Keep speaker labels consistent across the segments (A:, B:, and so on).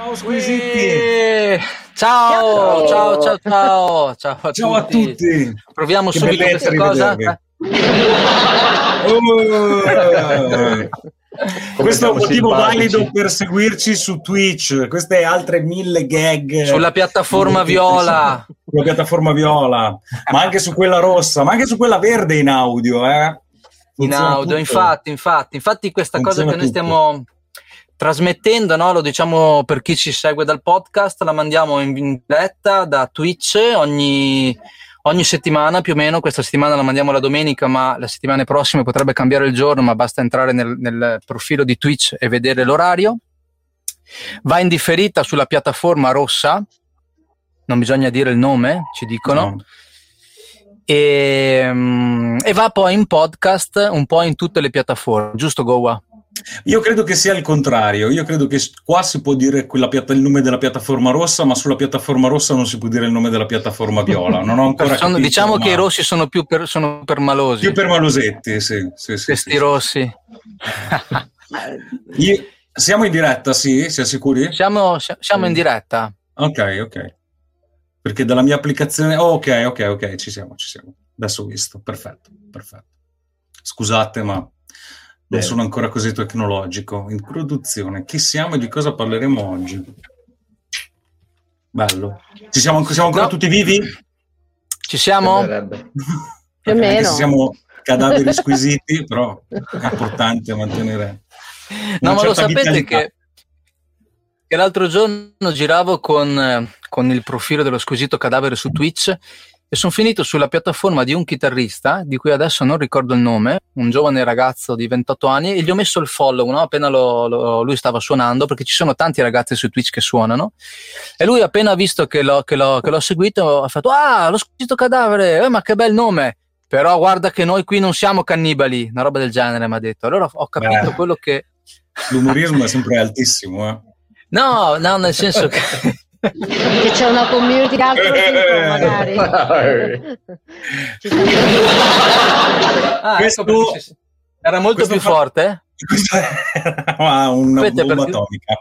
A: Ciao squisiti!
B: Ciao a tutti!
A: Proviamo
B: che
A: subito questa cosa.
B: Questo è un motivo valido per seguirci su Twitch. Queste altre 1000 gag
A: sulla piattaforma viola.
B: Sulla piattaforma viola, ma anche su quella rossa, ma anche su quella verde in audio.
A: In audio, infatti questa cosa che noi stiamo trasmettendo, no? Lo diciamo per chi ci segue dal podcast, la mandiamo in diretta da Twitch ogni settimana più o meno. Questa settimana la mandiamo la domenica, ma le settimane prossime potrebbe cambiare il giorno, ma basta entrare nel profilo di Twitch e vedere l'orario. Va in differita sulla piattaforma rossa, non bisogna dire il nome, ci dicono.
B: No.
A: E va poi in podcast un po' in tutte le piattaforme, giusto Goa?
B: Io credo che sia il contrario. Io credo che qua si può dire il nome della piattaforma rossa, ma sulla piattaforma rossa non si può dire il nome della piattaforma viola. Non ho ancora capito.
A: Diciamo che i rossi sono più permalosi.
B: Più permalosetti, sì.
A: Questi rossi.
B: Siamo in diretta, sì? Siamo sicuri?
A: Siamo in diretta.
B: Ok. Perché dalla mia applicazione... ok, ci siamo. Adesso ho visto. Perfetto. Scusate, ma non sono ancora così tecnologico. Introduzione. Chi siamo e di cosa parleremo oggi? Bello. Siamo ancora tutti vivi?
A: Ci siamo?
C: Più o meno.
B: Siamo cadaveri squisiti, però è importante mantenere...
A: No, ma lo sapete che l'altro giorno giravo con il profilo dello Squisito Cadavere su Twitch e sono finito sulla piattaforma di un chitarrista di cui adesso non ricordo il nome, un giovane ragazzo di 28 anni, e gli ho messo il follow, no? Appena lui stava suonando, perché ci sono tanti ragazzi su Twitch che suonano, e lui appena visto che l'ho seguito ha fatto: ah, lo Squisito Cadavere, ma che bel nome, però guarda che noi qui non siamo cannibali, una roba del genere mi ha detto. Allora ho capito quello che...
B: L'umorismo è sempre altissimo, eh?
A: No, nel senso che
C: c'è una community altro tipo, magari.
A: Questo era molto più forte?
B: Questo era una bomba atomica.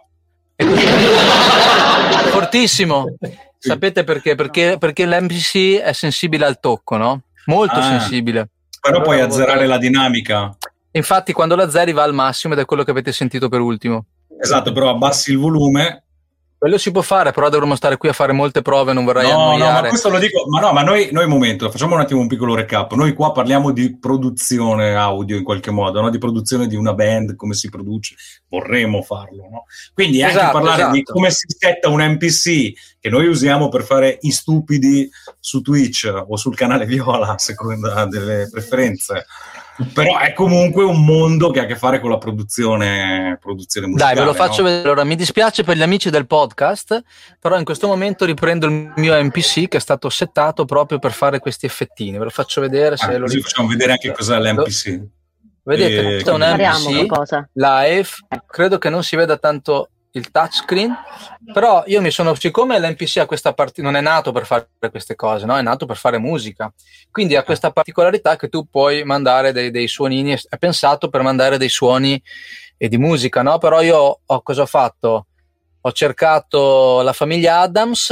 A: Fortissimo. Sapete perché? Perché l'NPC è sensibile al tocco, no? Molto sensibile.
B: Però puoi azzerare la dinamica.
A: Infatti quando la azzeri va al massimo ed è quello che avete sentito per ultimo.
B: Esatto, però abbassi il volume.
A: Quello si può fare, però dovremmo stare qui a fare molte prove, non vorrei annoiare.
B: No, ma questo lo dico, ma noi momento, facciamo un attimo un piccolo recap. Noi qua parliamo di produzione audio in qualche modo, no? Di produzione di una band, come si produce, vorremmo farlo, no? Quindi anche parlare di come si setta un NPC che noi usiamo per fare i stupidi su Twitch o sul canale Viola, a seconda delle preferenze. Però è comunque un mondo che ha a che fare con la produzione musicale.
A: Dai, ve lo faccio vedere. Allora, mi dispiace per gli amici del podcast, però in questo momento riprendo il mio NPC che è stato settato proprio per fare questi effettini. Ve lo faccio vedere.
B: Così facciamo vedere anche cos'è l'NPC.
A: Vedete, questo è un NPC live. Credo che non si veda tanto il touchscreen, però io siccome l'NPC ha questa non è nato per fare queste cose, no? È nato per fare musica, quindi ha questa particolarità che tu puoi mandare dei suonini, è pensato per mandare dei suoni e di musica, no? Però io cosa ho fatto? Ho cercato la famiglia Addams,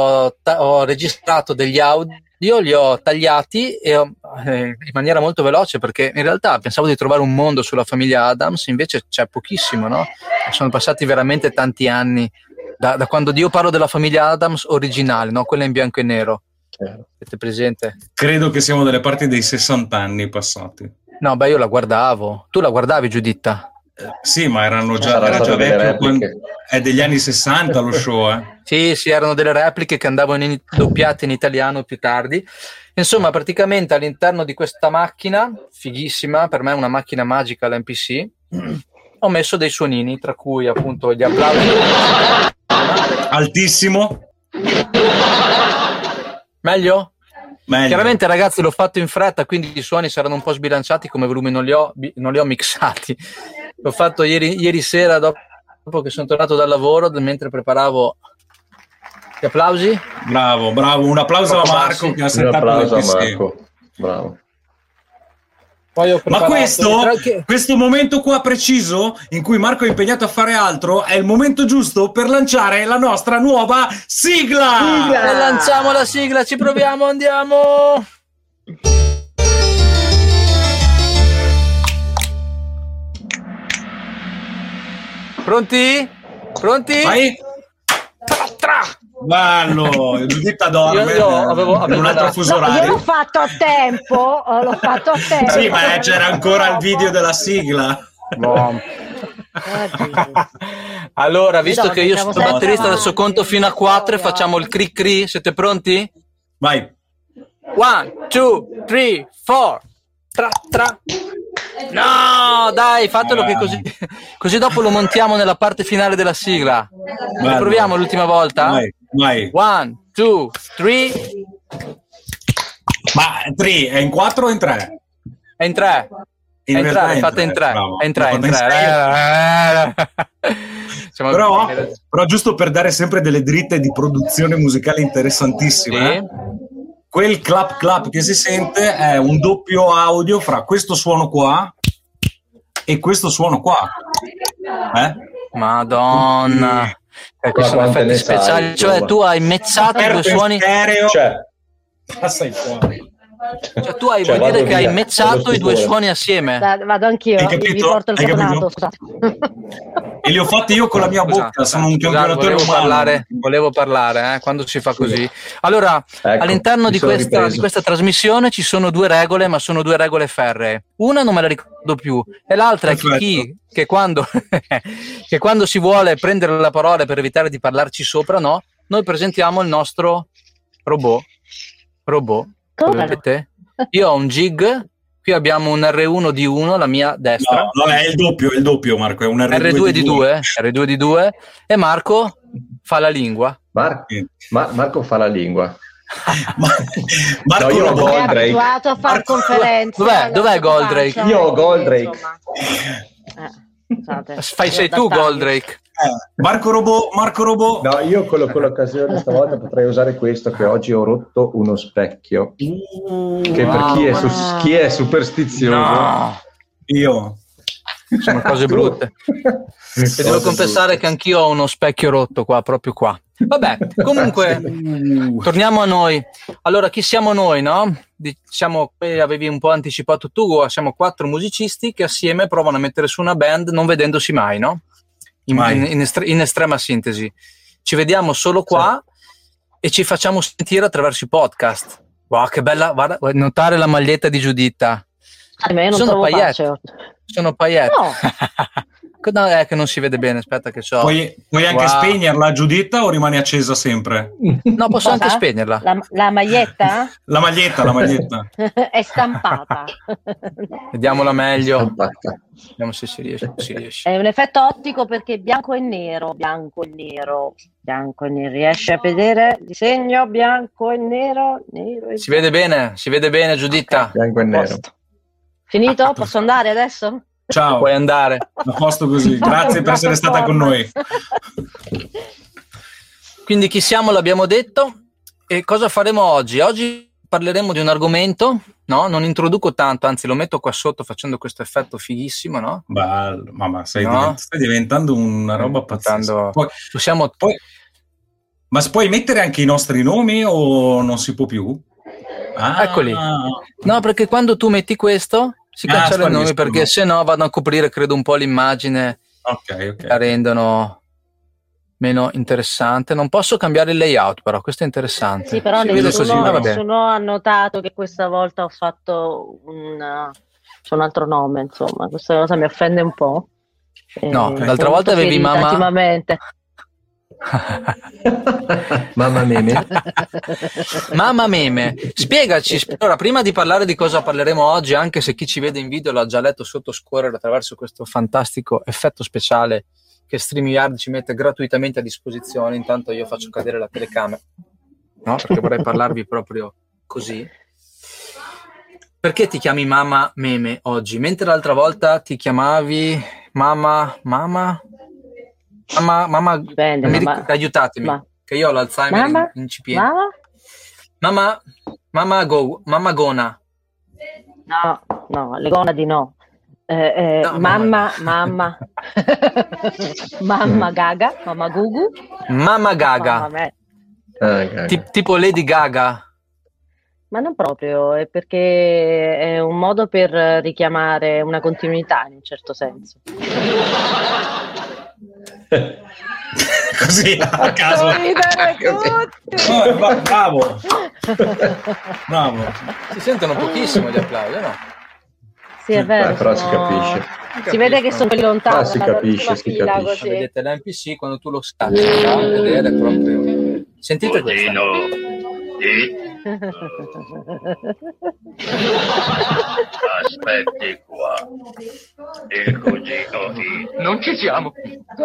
A: ho registrato degli audio, li ho tagliati in maniera molto veloce, perché in realtà pensavo di trovare un mondo sulla famiglia Addams, invece c'è pochissimo, no? Sono passati veramente tanti anni da quando io parlo della famiglia Addams originale, no? Quella in bianco e nero. Avete presente?
B: Credo che siamo dalle parti dei 60 anni passati.
A: No, io la guardavo. Tu la guardavi, Giuditta?
B: Sì, ma era già vecchio, è degli anni 60 lo show,
A: Sì, erano delle repliche che andavano doppiate in italiano più tardi. Insomma, praticamente all'interno di questa macchina, fighissima, per me è una macchina magica l'NPC, ho messo dei suonini, tra cui appunto gli applausi.
B: Altissimo.
A: Meglio? Chiaramente, ragazzi, l'ho fatto in fretta, quindi i suoni saranno un po' sbilanciati, come volumi non li ho mixati. L'ho fatto ieri sera dopo che sono tornato dal lavoro, mentre preparavo gli applausi.
B: Bravo, un applauso a Marco che ha settato
D: l'NPC. Bravo.
B: Ma questo momento qua preciso in cui Marco è impegnato a fare altro è il momento giusto per lanciare la nostra nuova sigla.
A: E lanciamo la sigla, ci proviamo, andiamo. Pronti? Vai.
B: Ballo, Giuditta dorme.
A: Io avevo
B: un altro fuso orario.
C: Io l'ho fatto a tempo.
B: Sì, ma c'era ancora il video della sigla.
A: Allora, visto che io sono batterista, adesso conto fino a 4 e facciamo il cric cri. Siete pronti?
B: Vai.
A: 1, 2, 3, 4. Tra. No, dai, fatelo che così dopo lo montiamo nella parte finale della sigla. Proviamo l'ultima volta.
B: Vai.
A: 1, 2, 3.
B: Ma 3 è in 4 o in 3?
A: È in 3. È fatta in 3. È in 3.
B: Però giusto per dare sempre delle dritte di produzione musicale interessantissime. Sì. Quel clap clap che si sente è un doppio audio fra questo suono qua e questo suono qua.
A: Madonna. Ecco, sono effetti speciali. Cioè tu hai mezzato i due suoni.
B: Passa fuori.
A: Cioè tu vuol dire che hai mezzato i due suoni assieme.
C: Vado anch'io, vi porto il tornato.
B: E li ho fatti io con la mia bocca, sono un campionatore umano.
A: Volevo parlare quando si fa così. Allora, all'interno di questa trasmissione ci sono 2 regole, ma sono 2 regole ferree. Una non me la ricordo più, e l'altra è che quando si vuole prendere la parola per evitare di parlarci sopra, no? Noi presentiamo il nostro robot. Vedete? Io ho un Jig. Qui abbiamo un R1 di 1, la mia destra.
B: No, è il doppio, Marco, è un
A: R2 di 2. R2 di 2 e Marco fa la lingua.
D: Marco fa la lingua.
B: Marco
D: io ho
C: Goldrake. È abituato a fare conferenze.
A: Dov'è Goldrake?
D: Io ho Goldrake.
A: Sei tu Goldrake.
B: Marco Robot.
D: No, io con l'occasione stavolta potrei usare questo, che oggi ho rotto uno specchio. Che per chi è superstizioso.
B: Io.
A: Sono cose brutte. E devo confessare che anch'io ho uno specchio rotto qua, proprio qua. Vabbè, comunque torniamo a noi. Allora, chi siamo noi, no? Diciamo, avevi un po' anticipato tu, siamo 4 musicisti che assieme provano a mettere su una band non vedendosi mai, no? In estrema sintesi. Ci vediamo solo qua e ci facciamo sentire attraverso i podcast. Wow, che bella, guarda, notare la maglietta di Giuditta. Sono paillette. Sono paillette. No. No, è che non si vede bene, aspetta che
B: puoi anche spegnerla, Giuditta, o rimane accesa sempre?
A: No, posso anche spegnerla.
C: La maglietta?
B: La maglietta.
C: È stampata.
A: Vediamola meglio. Vediamo se si riesce.
C: È un effetto ottico perché bianco e nero. Riesci a vedere il disegno bianco e nero?
A: Si vede bene, Giuditta.
D: Okay. Bianco e nero.
C: Finito? Posso andare adesso?
B: Ciao,
A: puoi andare.
B: A posto così. Grazie per essere stata con noi.
A: Quindi chi siamo l'abbiamo detto. E cosa faremo oggi? Oggi parleremo di un argomento, no? Non introduco tanto, anzi lo metto qua sotto facendo questo effetto fighissimo, no?
B: Bello, mamma, stai diventando una roba pazzesca. Ma puoi mettere anche i nostri nomi o non si può più?
A: Eccoli. No, perché quando tu metti questo si cancella il nome, perché se no vanno a coprire, credo, un po' l'immagine.
B: Ok.
A: La rendono meno interessante. Non posso cambiare il layout, però questo è interessante.
C: Sì, però nessuno ha notato che questa volta ho fatto un altro nome, insomma. Questa cosa mi offende un po'.
A: No, l'altra volta avevi mamma...
C: Ultimamente.
D: Mamma meme.
A: Spiegaci, allora, prima di parlare di cosa parleremo oggi, anche se chi ci vede in video l'ha già letto sotto scorrere attraverso questo fantastico effetto speciale che StreamYard ci mette gratuitamente a disposizione, intanto io faccio cadere la telecamera, no? Perché vorrei parlarvi proprio così. Perché ti chiami Mamma Meme oggi, mentre l'altra volta ti chiamavi Mamma aiutatemi, che io ho l'Alzheimer incipiente. Mamma Gona.
C: No, le gonadi no. Mamma Gaga, mamma Gugu.
A: Mamma Gaga. Tipo Lady Gaga.
C: Ma non proprio, è perché è un modo per richiamare una continuità in un certo senso.
B: Così a caso. Bravo.
A: Si sentono pochissimo gli applausi, no?
C: Sì, è vero.
D: Però si capisce.
C: Si vede che sono quelli lontani.
D: Si capisce.
A: Vedete l'NPC quando tu lo scatti, ed è proprio. Sentite questo.
E: Aspetti qua. Il cugino non ci siamo.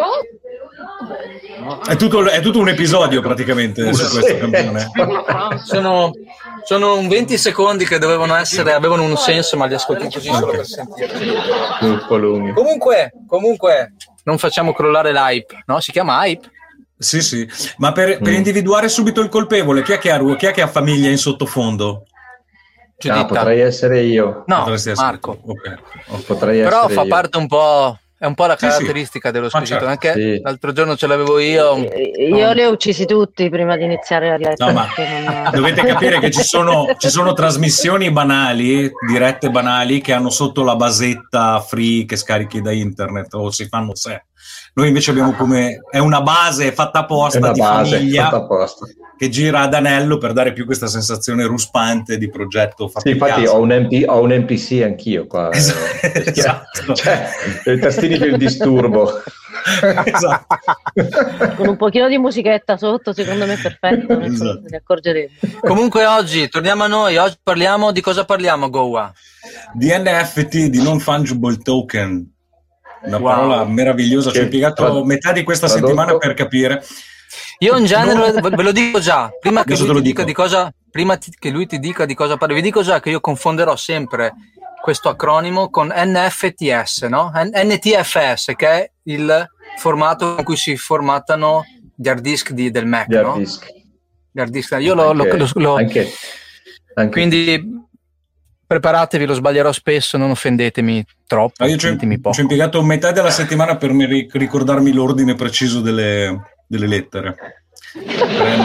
B: È tutto un episodio praticamente su questo campione.
A: Sono un 20 secondi che avevano un senso, ma li ascolti così solo per sentirci.
D: Un po' lunghi.
A: Comunque non facciamo crollare l'hype, no? Si chiama hype?
B: Sì, ma per individuare subito il colpevole, chi è che ha famiglia in sottofondo?
D: Potrei essere io.
A: No, Marco.
B: Okay.
D: Potrei
A: però
D: essere
A: fa
D: io.
A: parte un po'. È un po' la caratteristica dello squisito.
B: Certo.
A: Anche l'altro giorno ce l'avevo io.
C: Io li ho uccisi tutti prima di iniziare la diretta.
B: No, ma dovete capire che ci sono trasmissioni banali, dirette banali, che hanno sotto la basetta free che scarichi da internet o si fanno sé. Noi invece abbiamo è una base fatta apposta di famiglia che gira ad anello per dare più questa sensazione ruspante di progetto fatto in
D: infatti
B: casa.
D: ho un NPC anch'io qua.
B: Esatto.
D: Cioè, i tastini per il disturbo.
B: Esatto.
C: Con un pochino di musichetta sotto, secondo me è perfetto,
B: Esatto.
C: ne accorgeremo.
A: Comunque oggi, torniamo a noi, oggi parliamo di cosa parliamo, Goa?
B: Di NFT, di non fungible token. Una parola meravigliosa, ci ho impiegato metà di questa settimana per capire.
A: Io in genere, ve lo dico già, prima che lui ti dica di cosa parli, vi dico già che io confonderò sempre questo acronimo con NFTS, no? NTFS, che è il formato con cui si formattano gli hard disk del Mac, no? Gli hard disk. Io
D: anche.
A: Quindi preparatevi, lo sbaglierò spesso, non offendetemi troppo.
B: Io ci ho impiegato metà della settimana per ricordarmi l'ordine preciso delle lettere. Per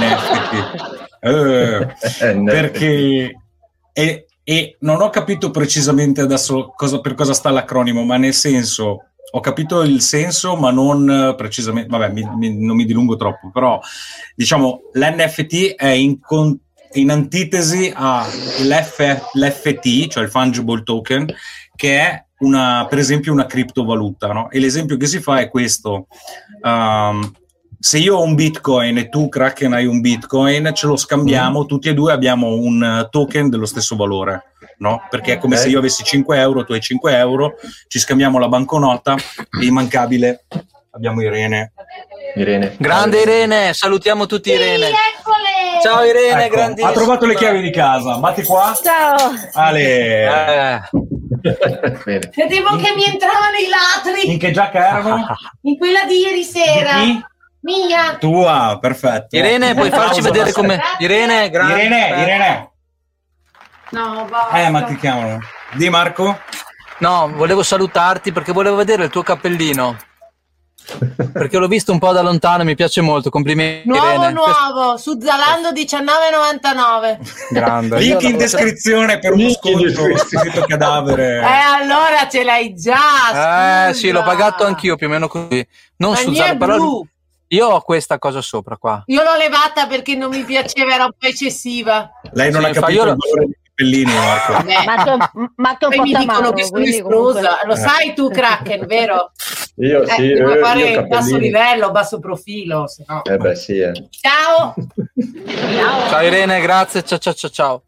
B: NFT. Perché e non ho capito precisamente adesso per cosa sta l'acronimo, ma nel senso ho capito il senso, ma non precisamente. Vabbè, non mi dilungo troppo, però diciamo l'NFT è in antitesi all'FT, cioè il fungible token, che è per esempio una criptovaluta, no? E l'esempio che si fa è questo: se io ho un Bitcoin e tu, Kraken, hai un Bitcoin, ce lo scambiamo, tutti e due abbiamo un token dello stesso valore, no? Perché è come se io avessi 5 euro, tu hai 5 euro, ci scambiamo la banconota e immancabile abbiamo Irene.
A: Grande Irene, salutiamo tutti Irene. Ciao Irene,
B: ecco,
A: grandissima.
B: Ha trovato le chiavi di casa, batti qua.
C: Ciao.
B: Ale.
F: Credevo che mi entravano i ladri.
B: In che giacca erano?
F: In quella di ieri sera.
B: Di chi?
F: Mia.
B: Tua, perfetto.
A: Irene, puoi farci vedere come... Irene, grande.
B: Irene.
F: No, basta.
B: Ma ti chiamano. Di Marco?
A: No, volevo salutarti perché volevo vedere il tuo cappellino. Perché l'ho visto un po' da lontano e mi piace molto. Complimenti.
F: Nuovo su Zalando 19,99.
A: Grande.
B: Link in descrizione per uno sconto cadavere.
F: Allora ce l'hai già.
A: Sì, l'ho pagato anch'io più o meno così. Non su Zalando, però io ho questa cosa sopra qua.
F: Io l'ho levata perché non mi piaceva, era un po' eccessiva.
B: Lei non ha capito il valore dei cappellini, Marco.
C: Ma
F: poi mi dicono che sono esclusa. Lo sai tu, Kraken, vero?
D: Io sì.
F: Devo fare basso livello, basso profilo. Sennò...
D: sì.
F: Ciao.
A: Ciao Irene, grazie. Ciao.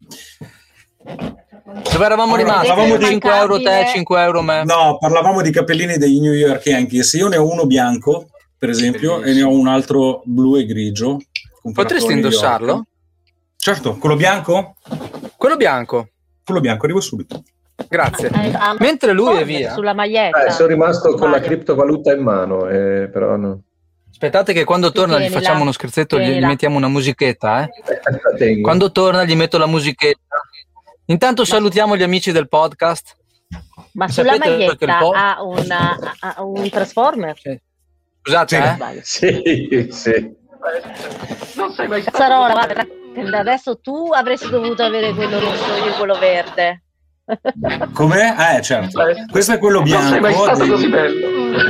A: Dove eravamo rimasti?
B: Parlavamo di
A: 5 euro te, 5 euro me.
B: No, parlavamo di cappellini dei New York Yankees. Io ne ho uno bianco, per esempio, e ne ho un altro blu e grigio.
A: Potresti indossarlo?
B: Certo, quello bianco?
A: Quello bianco,
B: arrivo subito.
A: Grazie. Mentre lui è via.
C: Sulla maglietta.
D: Sono rimasto con la criptovaluta in mano, però no.
A: Aspettate che quando torna gli facciamo uno scherzetto, gli mettiamo una musichetta, Quando torna gli metto la musichetta. Intanto salutiamo gli amici del podcast.
C: Ma sulla maglietta ha un Transformer?
A: Scusate,
D: Sì.
E: Non sei mai
C: Cazzarola, guarda, adesso tu avresti dovuto avere quello rosso, io quello verde.
B: Com'è? Certo. Questo è quello bianco.
E: Non sei mai stato così bello.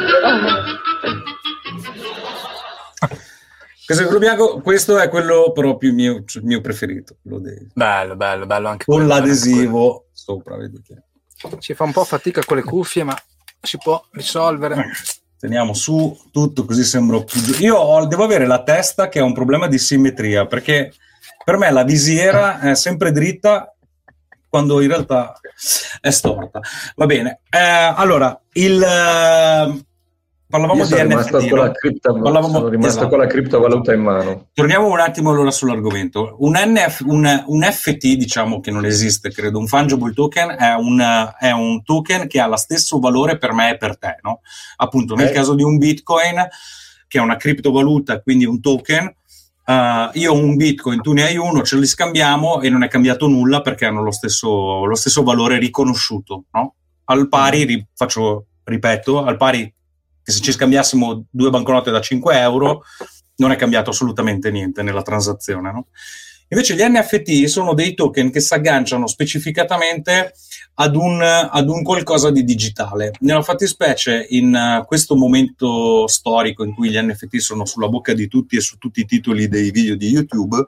B: Questo è quello bianco, questo è quello proprio mio preferito.
A: Bello anche
B: con
A: quello,
B: l'adesivo sopra, vedete.
A: Si fa un po' fatica con le cuffie, ma si può risolvere.
B: Teniamo su tutto così sembro più. Io devo avere la testa che ha un problema di simmetria, perché per me la visiera è sempre dritta quando in realtà è storta. Va bene. Allora, parlavamo di NFT.
D: Sono rimasto con la criptovaluta in mano.
B: Torniamo un attimo allora sull'argomento. Un FT, diciamo che non esiste, credo, un fungible token è un token che ha lo stesso valore per me e per te, no? Appunto, nel caso di un Bitcoin, che è una criptovaluta, quindi un token, io ho un Bitcoin, tu ne hai uno, ce li scambiamo e non è cambiato nulla perché hanno lo stesso valore riconosciuto, no? Al pari, ripeto, al pari che se ci scambiassimo 2 banconote da 5 euro non è cambiato assolutamente niente nella transazione, no? Invece gli NFT sono dei token che si agganciano specificatamente ad un qualcosa di digitale. Nella fattispecie, in questo momento storico in cui gli NFT sono sulla bocca di tutti e su tutti i titoli dei video di YouTube,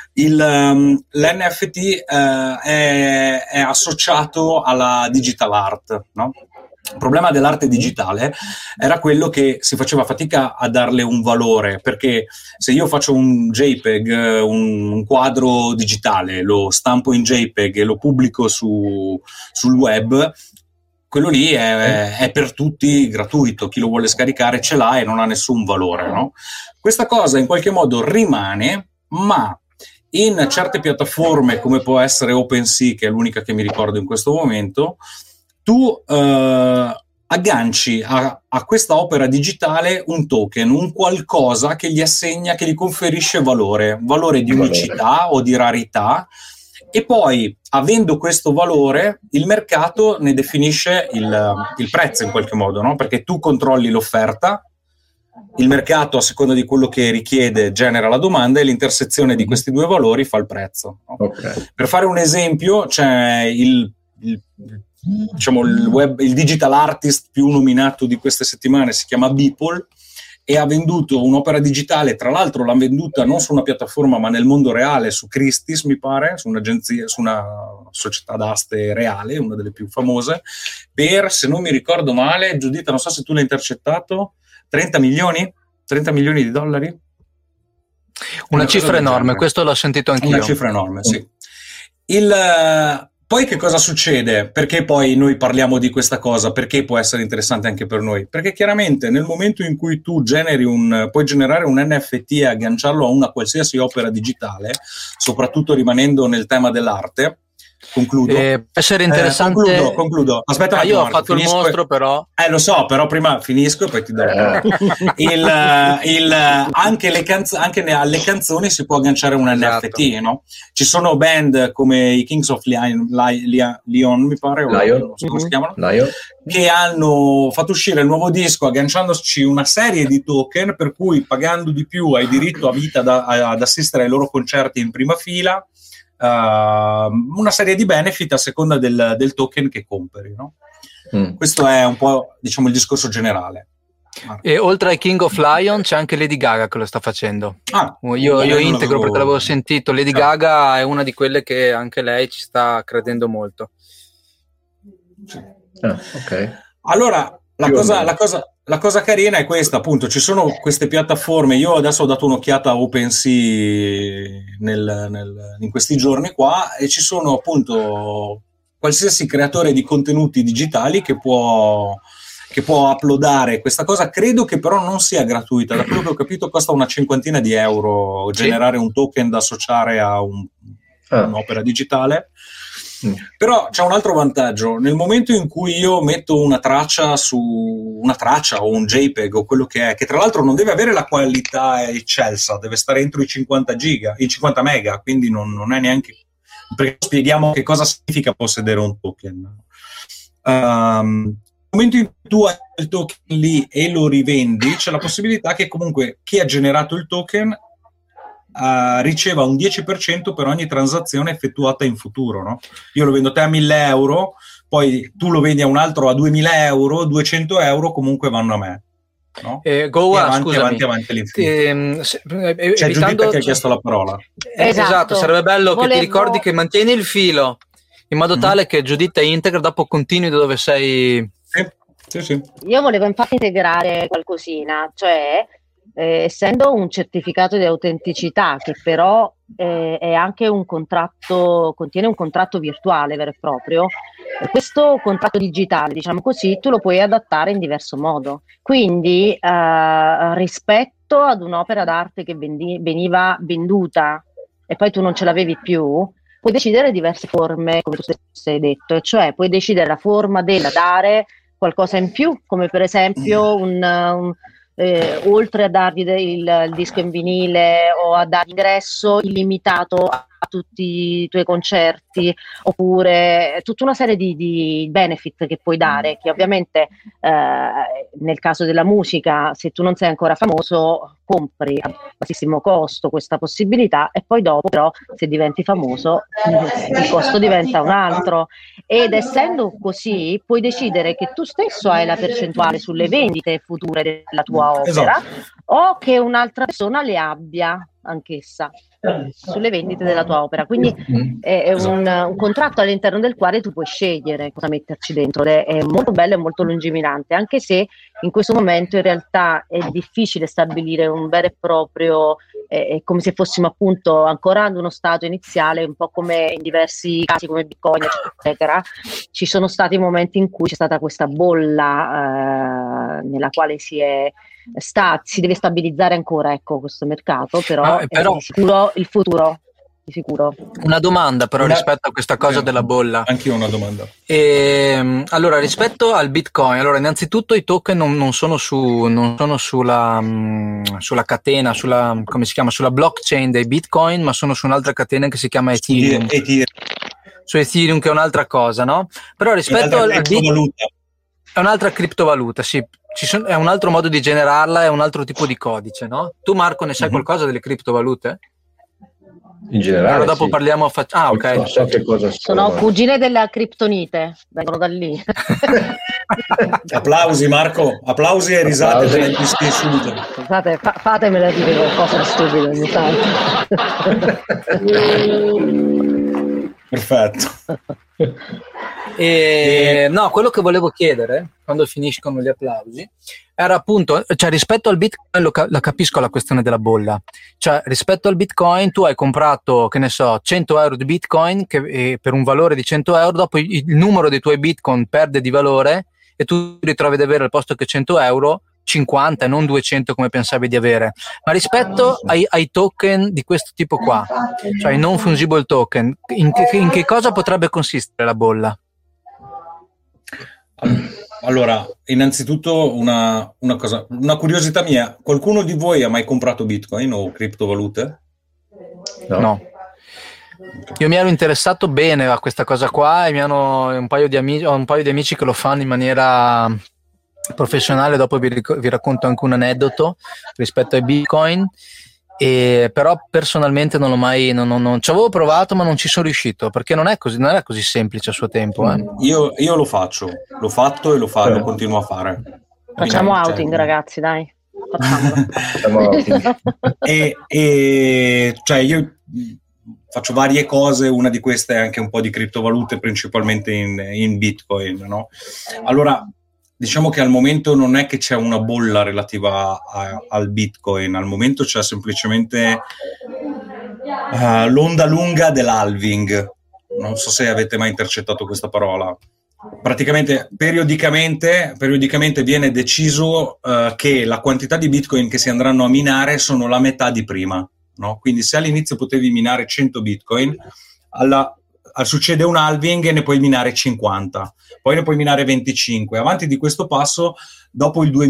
B: l'NFT è associato alla digital art, no? Il problema dell'arte digitale era quello che si faceva fatica a darle un valore, perché se io faccio un JPEG, un quadro digitale, lo stampo in JPEG e lo pubblico sul web, quello lì è per tutti gratuito, chi lo vuole scaricare ce l'ha e non ha nessun valore, no? Questa cosa in qualche modo rimane, ma in certe piattaforme come può essere OpenSea, che è l'unica che mi ricordo in questo momento, tu agganci a questa opera digitale un token, un qualcosa che gli assegna, che gli conferisce valore di unicità o di rarità, e poi, avendo questo valore, il mercato ne definisce il prezzo in qualche modo, no? Perché tu controlli l'offerta, il mercato, a seconda di quello che richiede, genera la domanda e l'intersezione di questi due valori fa il prezzo, no?
D: Okay.
B: Per fare un esempio, c'è il digital artist più nominato di queste settimane, si chiama Beeple, e ha venduto un'opera digitale, tra l'altro l'ha venduta non su una piattaforma ma nel mondo reale, su Christie's mi pare, su un'agenzia, su una società d'aste reale, una delle più famose, per, se non mi ricordo male, Giuditta, non so se tu l'hai intercettato, 30 milioni di dollari?
A: Una cifra enorme, questo l'ho sentito anch'io.
B: Una cifra enorme, sì. Poi che cosa succede? Perché poi noi parliamo di questa cosa? Perché può essere interessante anche per noi? Perché chiaramente nel momento in cui tu puoi generare un NFT e agganciarlo a una qualsiasi opera digitale, soprattutto rimanendo nel tema dell'arte, concludo.
A: Essere interessante.
B: Concludo. Aspetta,
A: io ho fatto il mostro, però.
B: Lo so, però prima finisco e poi ti do. Anche alle canzoni si può agganciare un NFT, no? Ci sono band come i Kings of Leon, mi pare, non so come si chiamano, che hanno fatto uscire il nuovo disco agganciandoci una serie di token, per cui pagando di più hai diritto a vita ad assistere ai loro concerti in prima fila. Una serie di benefit a seconda del token che compri, no? Questo è un po', diciamo, il discorso generale.
A: E oltre ai King of Lion c'è anche Lady Gaga che lo sta facendo. Io integro perché l'avevo sentito. Lady Gaga è una di quelle che anche lei ci sta credendo molto.
D: Ok.
B: Allora la cosa carina è questa, appunto, ci sono queste piattaforme. Io adesso ho dato un'occhiata a OpenSea in questi giorni qua, e ci sono appunto qualsiasi creatore di contenuti digitali che può uploadare questa cosa. Credo che però non sia gratuita, da quello che ho capito costa una cinquantina di euro generare un token da associare a un'opera digitale. Però c'è un altro vantaggio: nel momento in cui io metto una traccia o un JPEG o quello che è, che tra l'altro non deve avere la qualità eccelsa, deve stare entro i 50 mega, quindi non è neanche perché spieghiamo che cosa significa possedere un token. Nel momento in cui tu hai il token lì e lo rivendi, c'è la possibilità che comunque chi ha generato il token riceva un 10% per ogni transazione effettuata in futuro, no? Io lo vendo a te a 1.000 euro, poi tu lo vendi a un altro a 2.000 euro, 200 euro comunque vanno a me. No?
A: Avanti
B: all'infinito. C'è Giuditta che ha chiesto la parola.
A: Esatto, sarebbe bello che ti ricordi che mantieni il filo in modo tale che Giuditta integra, dopo continui da dove sei.
B: Sì.
C: Io volevo infatti integrare qualcosina, cioè essendo un certificato di autenticità che però è anche un contratto, contiene un contratto virtuale vero e proprio, questo contratto digitale, diciamo così, tu lo puoi adattare in diverso modo. Quindi rispetto ad un'opera d'arte che veniva venduta e poi tu non ce l'avevi più, puoi decidere diverse forme, come tu stesso hai detto, cioè puoi decidere la forma della dare qualcosa in più, come per esempio oltre a dargli il disco in vinile o a dargli ingresso illimitato a tutti i tuoi concerti, oppure tutta una serie di benefit che puoi dare, che ovviamente nel caso della musica, se tu non sei ancora famoso, compri a bassissimo costo questa possibilità e poi dopo però se diventi famoso il costo diventa un altro, ed essendo così puoi decidere che tu stesso hai la percentuale sulle vendite future della tua opera, o che un'altra persona le abbia anch'essa sulle vendite della tua opera. Quindi è un contratto all'interno del quale tu puoi scegliere cosa metterci dentro, ed è molto bello e molto lungimirante, anche se in questo momento in realtà è difficile stabilire un vero e proprio, è come se fossimo appunto ancora ad uno stato iniziale, un po' come in diversi casi come Bitcoin eccetera. Ci sono stati momenti in cui c'è stata questa bolla nella quale si deve stabilizzare ancora, ecco, questo mercato, però è di sicuro il futuro, di sicuro.
A: Una domanda però rispetto a questa cosa della bolla.
B: Anch'io una domanda.
A: Allora, rispetto al Bitcoin, allora innanzitutto i token non sono sulla catena, come si chiama, sulla blockchain dei Bitcoin, ma sono su un'altra catena che si chiama Ethereum. Su Ethereum, che è un'altra cosa, no? Però rispetto al Bitcoin è un'altra criptovaluta, sì. È un altro modo di generarla, è un altro tipo di codice, no? Tu Marco ne sai qualcosa delle criptovalute?
D: In generale
A: allora, dopo parliamo ok.
D: Non so che cosa
C: sono cugine della criptonite, vengono da lì.
B: Applausi Marco, applausi e risate delle piste subito.
C: Scusate, fatemela dire qualcosa di stupido ogni tanto.
B: Perfetto.
A: No, quello che volevo chiedere quando finiscono gli applausi era appunto, cioè rispetto al Bitcoin la capisco la questione della bolla, cioè rispetto al Bitcoin tu hai comprato, che ne so, 100 euro di Bitcoin per un valore di 100 euro, dopo il numero dei tuoi Bitcoin perde di valore e tu ritrovi ad avere al posto che 100 euro 50 e non 200 come pensavi di avere. Ma rispetto ai token di questo tipo qua, cioè i non fungible token, in che cosa potrebbe consistere la bolla?
B: Allora, innanzitutto una curiosità mia: qualcuno di voi ha mai comprato Bitcoin o criptovalute?
A: No. Io mi ero interessato bene a questa cosa qua e ho un paio di amici che lo fanno in maniera professionale. Dopo vi racconto anche un aneddoto rispetto ai Bitcoin. Però personalmente non l'ho mai, non ci avevo provato, ma non ci sono riuscito perché non era così semplice a suo tempo.
B: Io l'ho fatto e lo continuo a fare.
C: Facciamo outing, ragazzi, dai, facciamolo.
B: Cioè io faccio varie cose, una di queste è anche un po' di criptovalute, principalmente in Bitcoin, no? Allora, diciamo che al momento non è che c'è una bolla relativa al Bitcoin, al momento c'è semplicemente l'onda lunga dell'halving. Non so se avete mai intercettato questa parola. Praticamente, periodicamente viene deciso che la quantità di Bitcoin che si andranno a minare sono la metà di prima, no? Quindi se all'inizio potevi minare 100 Bitcoin, succede un halving e ne puoi minare 50, poi ne puoi minare 25. Avanti di questo passo, dopo il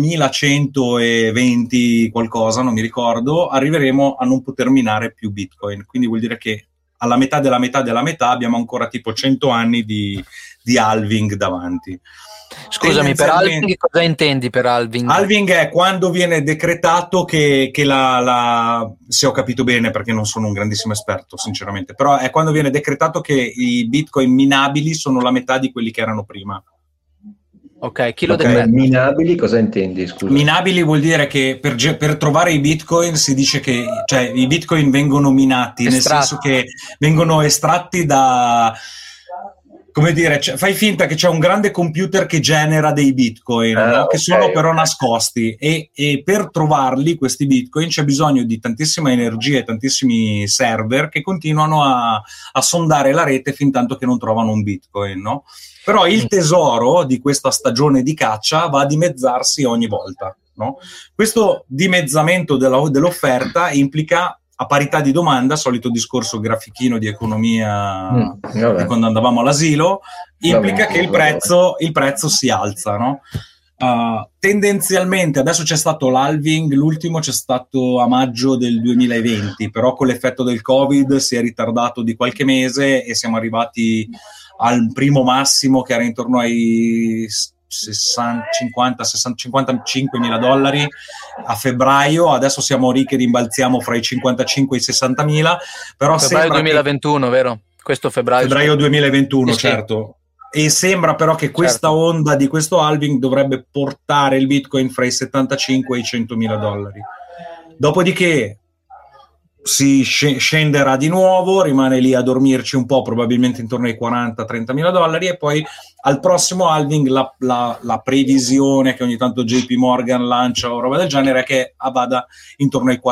B: 2120 qualcosa, non mi ricordo, arriveremo a non poter minare più Bitcoin. Quindi vuol dire che alla metà della metà della metà abbiamo ancora tipo 100 anni di halving davanti.
A: Scusami, per halving cosa intendi per halving?
B: Halving è quando viene decretato che se ho capito bene, perché non sono un grandissimo esperto sinceramente, però è quando viene decretato che i bitcoin minabili sono la metà di quelli che erano prima.
A: Ok, chi lo decreta?
D: Minabili cosa intendi? Scusa.
B: Minabili vuol dire che per trovare i bitcoin si dice che, cioè, i bitcoin vengono minati, nel senso che vengono estratti da, come dire, fai finta che c'è un grande computer che genera dei bitcoin, no? Che sono però nascosti, e per trovarli questi bitcoin c'è bisogno di tantissima energia e tantissimi server che continuano a sondare la rete fin tanto che non trovano un bitcoin, no? Però il tesoro di questa stagione di caccia va a dimezzarsi ogni volta, no? Questo dimezzamento dell'offerta implica, a parità di domanda, solito discorso grafichino di economia di quando andavamo all'asilo, implica che il prezzo si alza, no? Tendenzialmente adesso c'è stato l'halving, l'ultimo c'è stato a maggio del 2020, però con l'effetto del Covid si è ritardato di qualche mese e siamo arrivati al primo massimo, che era intorno ai 55 mila dollari a febbraio. Adesso siamo lì che rimbalziamo fra i 55 e i 60 mila, però
A: febbraio 2021, vero? Questo febbraio
B: 2021, certo. E sembra però che questa onda di questo halving dovrebbe portare il bitcoin fra i 75 e i 100 mila dollari. Dopodiché si scenderà di nuovo, rimane lì a dormirci un po', probabilmente intorno ai 40-30 mila dollari, e poi al prossimo halving la previsione che ogni tanto JP Morgan lancia o roba del genere è che vada intorno ai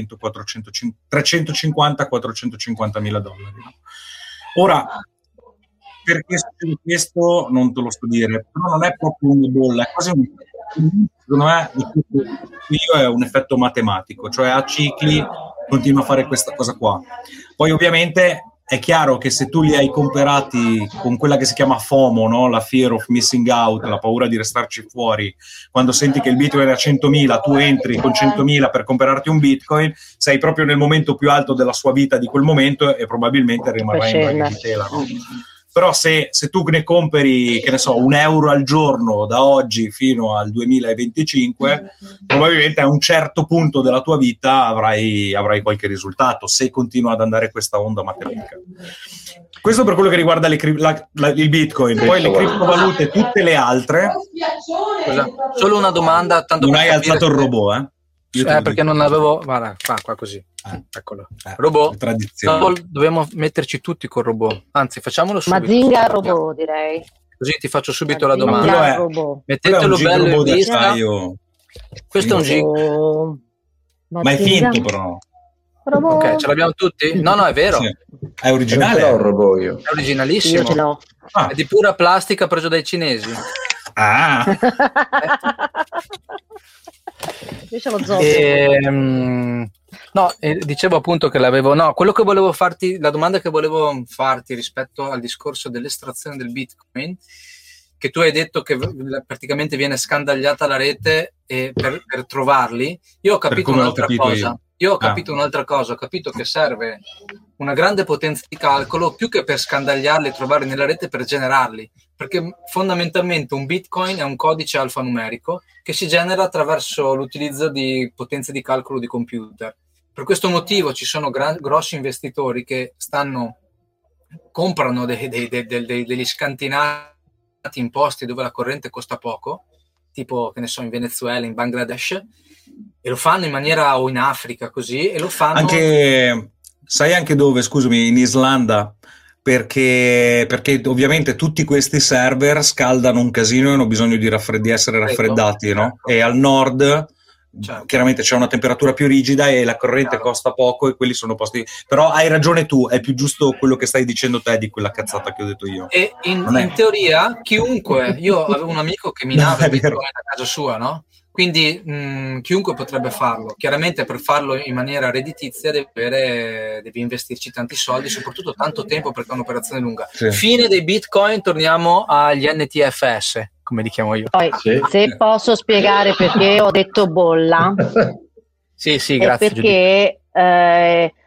B: 350-450 mila dollari. Ora, perché succede questo non te lo so dire, però non è proprio una bolla, è quasi secondo me è un effetto matematico, cioè a cicli continua a fare questa cosa qua. Poi ovviamente è chiaro che se tu li hai comprati con quella che si chiama FOMO, no? La fear of missing out, la paura di restarci fuori, quando senti che il bitcoin è a 100.000, tu entri con 100.000 per comprarti un bitcoin, sei proprio nel momento più alto della sua vita di quel momento e probabilmente rimarrai in braghe di tela, no? Però se tu ne compri, che ne so, €1 al giorno da oggi fino al 2025, probabilmente a un certo punto della tua vita avrai qualche risultato, se continua ad andare questa onda matematica. Questo per quello che riguarda il Bitcoin. Poi le criptovalute, tutte le altre.
A: Solo una domanda. Tanto
B: non hai alzato il robot, eh?
A: Perché non avevo. Guarda, qua così. Eccolo. Robot. Dobbiamo metterci tutti col robot. Anzi, facciamolo subito.
C: Mazinga robot, direi.
A: Così ti faccio subito la domanda. Mettetelo bello in vista. Questo è un gig.
B: Ma è finto, però.
A: Ok, ce l'abbiamo tutti? No, è vero.
B: Sì. È originale.
D: È
A: originalissimo.
C: Io ce l'ho.
A: È di pura plastica preso dai cinesi.
C: Io ce l'ho zoppo.
A: Dicevo appunto che l'avevo. No, quello che volevo farti, la domanda che volevo farti rispetto al discorso dell'estrazione del Bitcoin, che tu hai detto che praticamente viene scandagliata la rete per trovarli. Io ho capito un'altra cosa. Io ho capito un'altra cosa, ho capito che serve una grande potenza di calcolo più che per scandagliarli e trovarli nella rete, per generarli, perché fondamentalmente un Bitcoin è un codice alfanumerico che si genera attraverso l'utilizzo di potenze di calcolo di computer. Per questo motivo ci sono grossi investitori che comprano degli scantinati in posti dove la corrente costa poco, tipo, che ne so, in Venezuela, in Bangladesh, e lo fanno in maniera, o in Africa così, e lo fanno
B: anche, sai anche dove, scusami, in Islanda, perché ovviamente tutti questi server scaldano un casino e hanno bisogno di essere raffreddati, no? E al nord chiaramente c'è una temperatura più rigida e la corrente costa poco, e quelli sono posti. Però hai ragione tu, è più giusto quello che stai dicendo te di quella cazzata che ho detto io.
A: E in teoria chiunque, io avevo un amico che minava Bitcoin a casa sua, no? Quindi chiunque potrebbe farlo. Chiaramente per farlo in maniera redditizia devi investirci tanti soldi, soprattutto tanto tempo, perché è un'operazione lunga. Sì. Fine dei Bitcoin, torniamo agli NTFS, come li chiamo io.
C: Poi, se posso spiegare perché ho detto bolla.
A: Sì, grazie.
C: Perché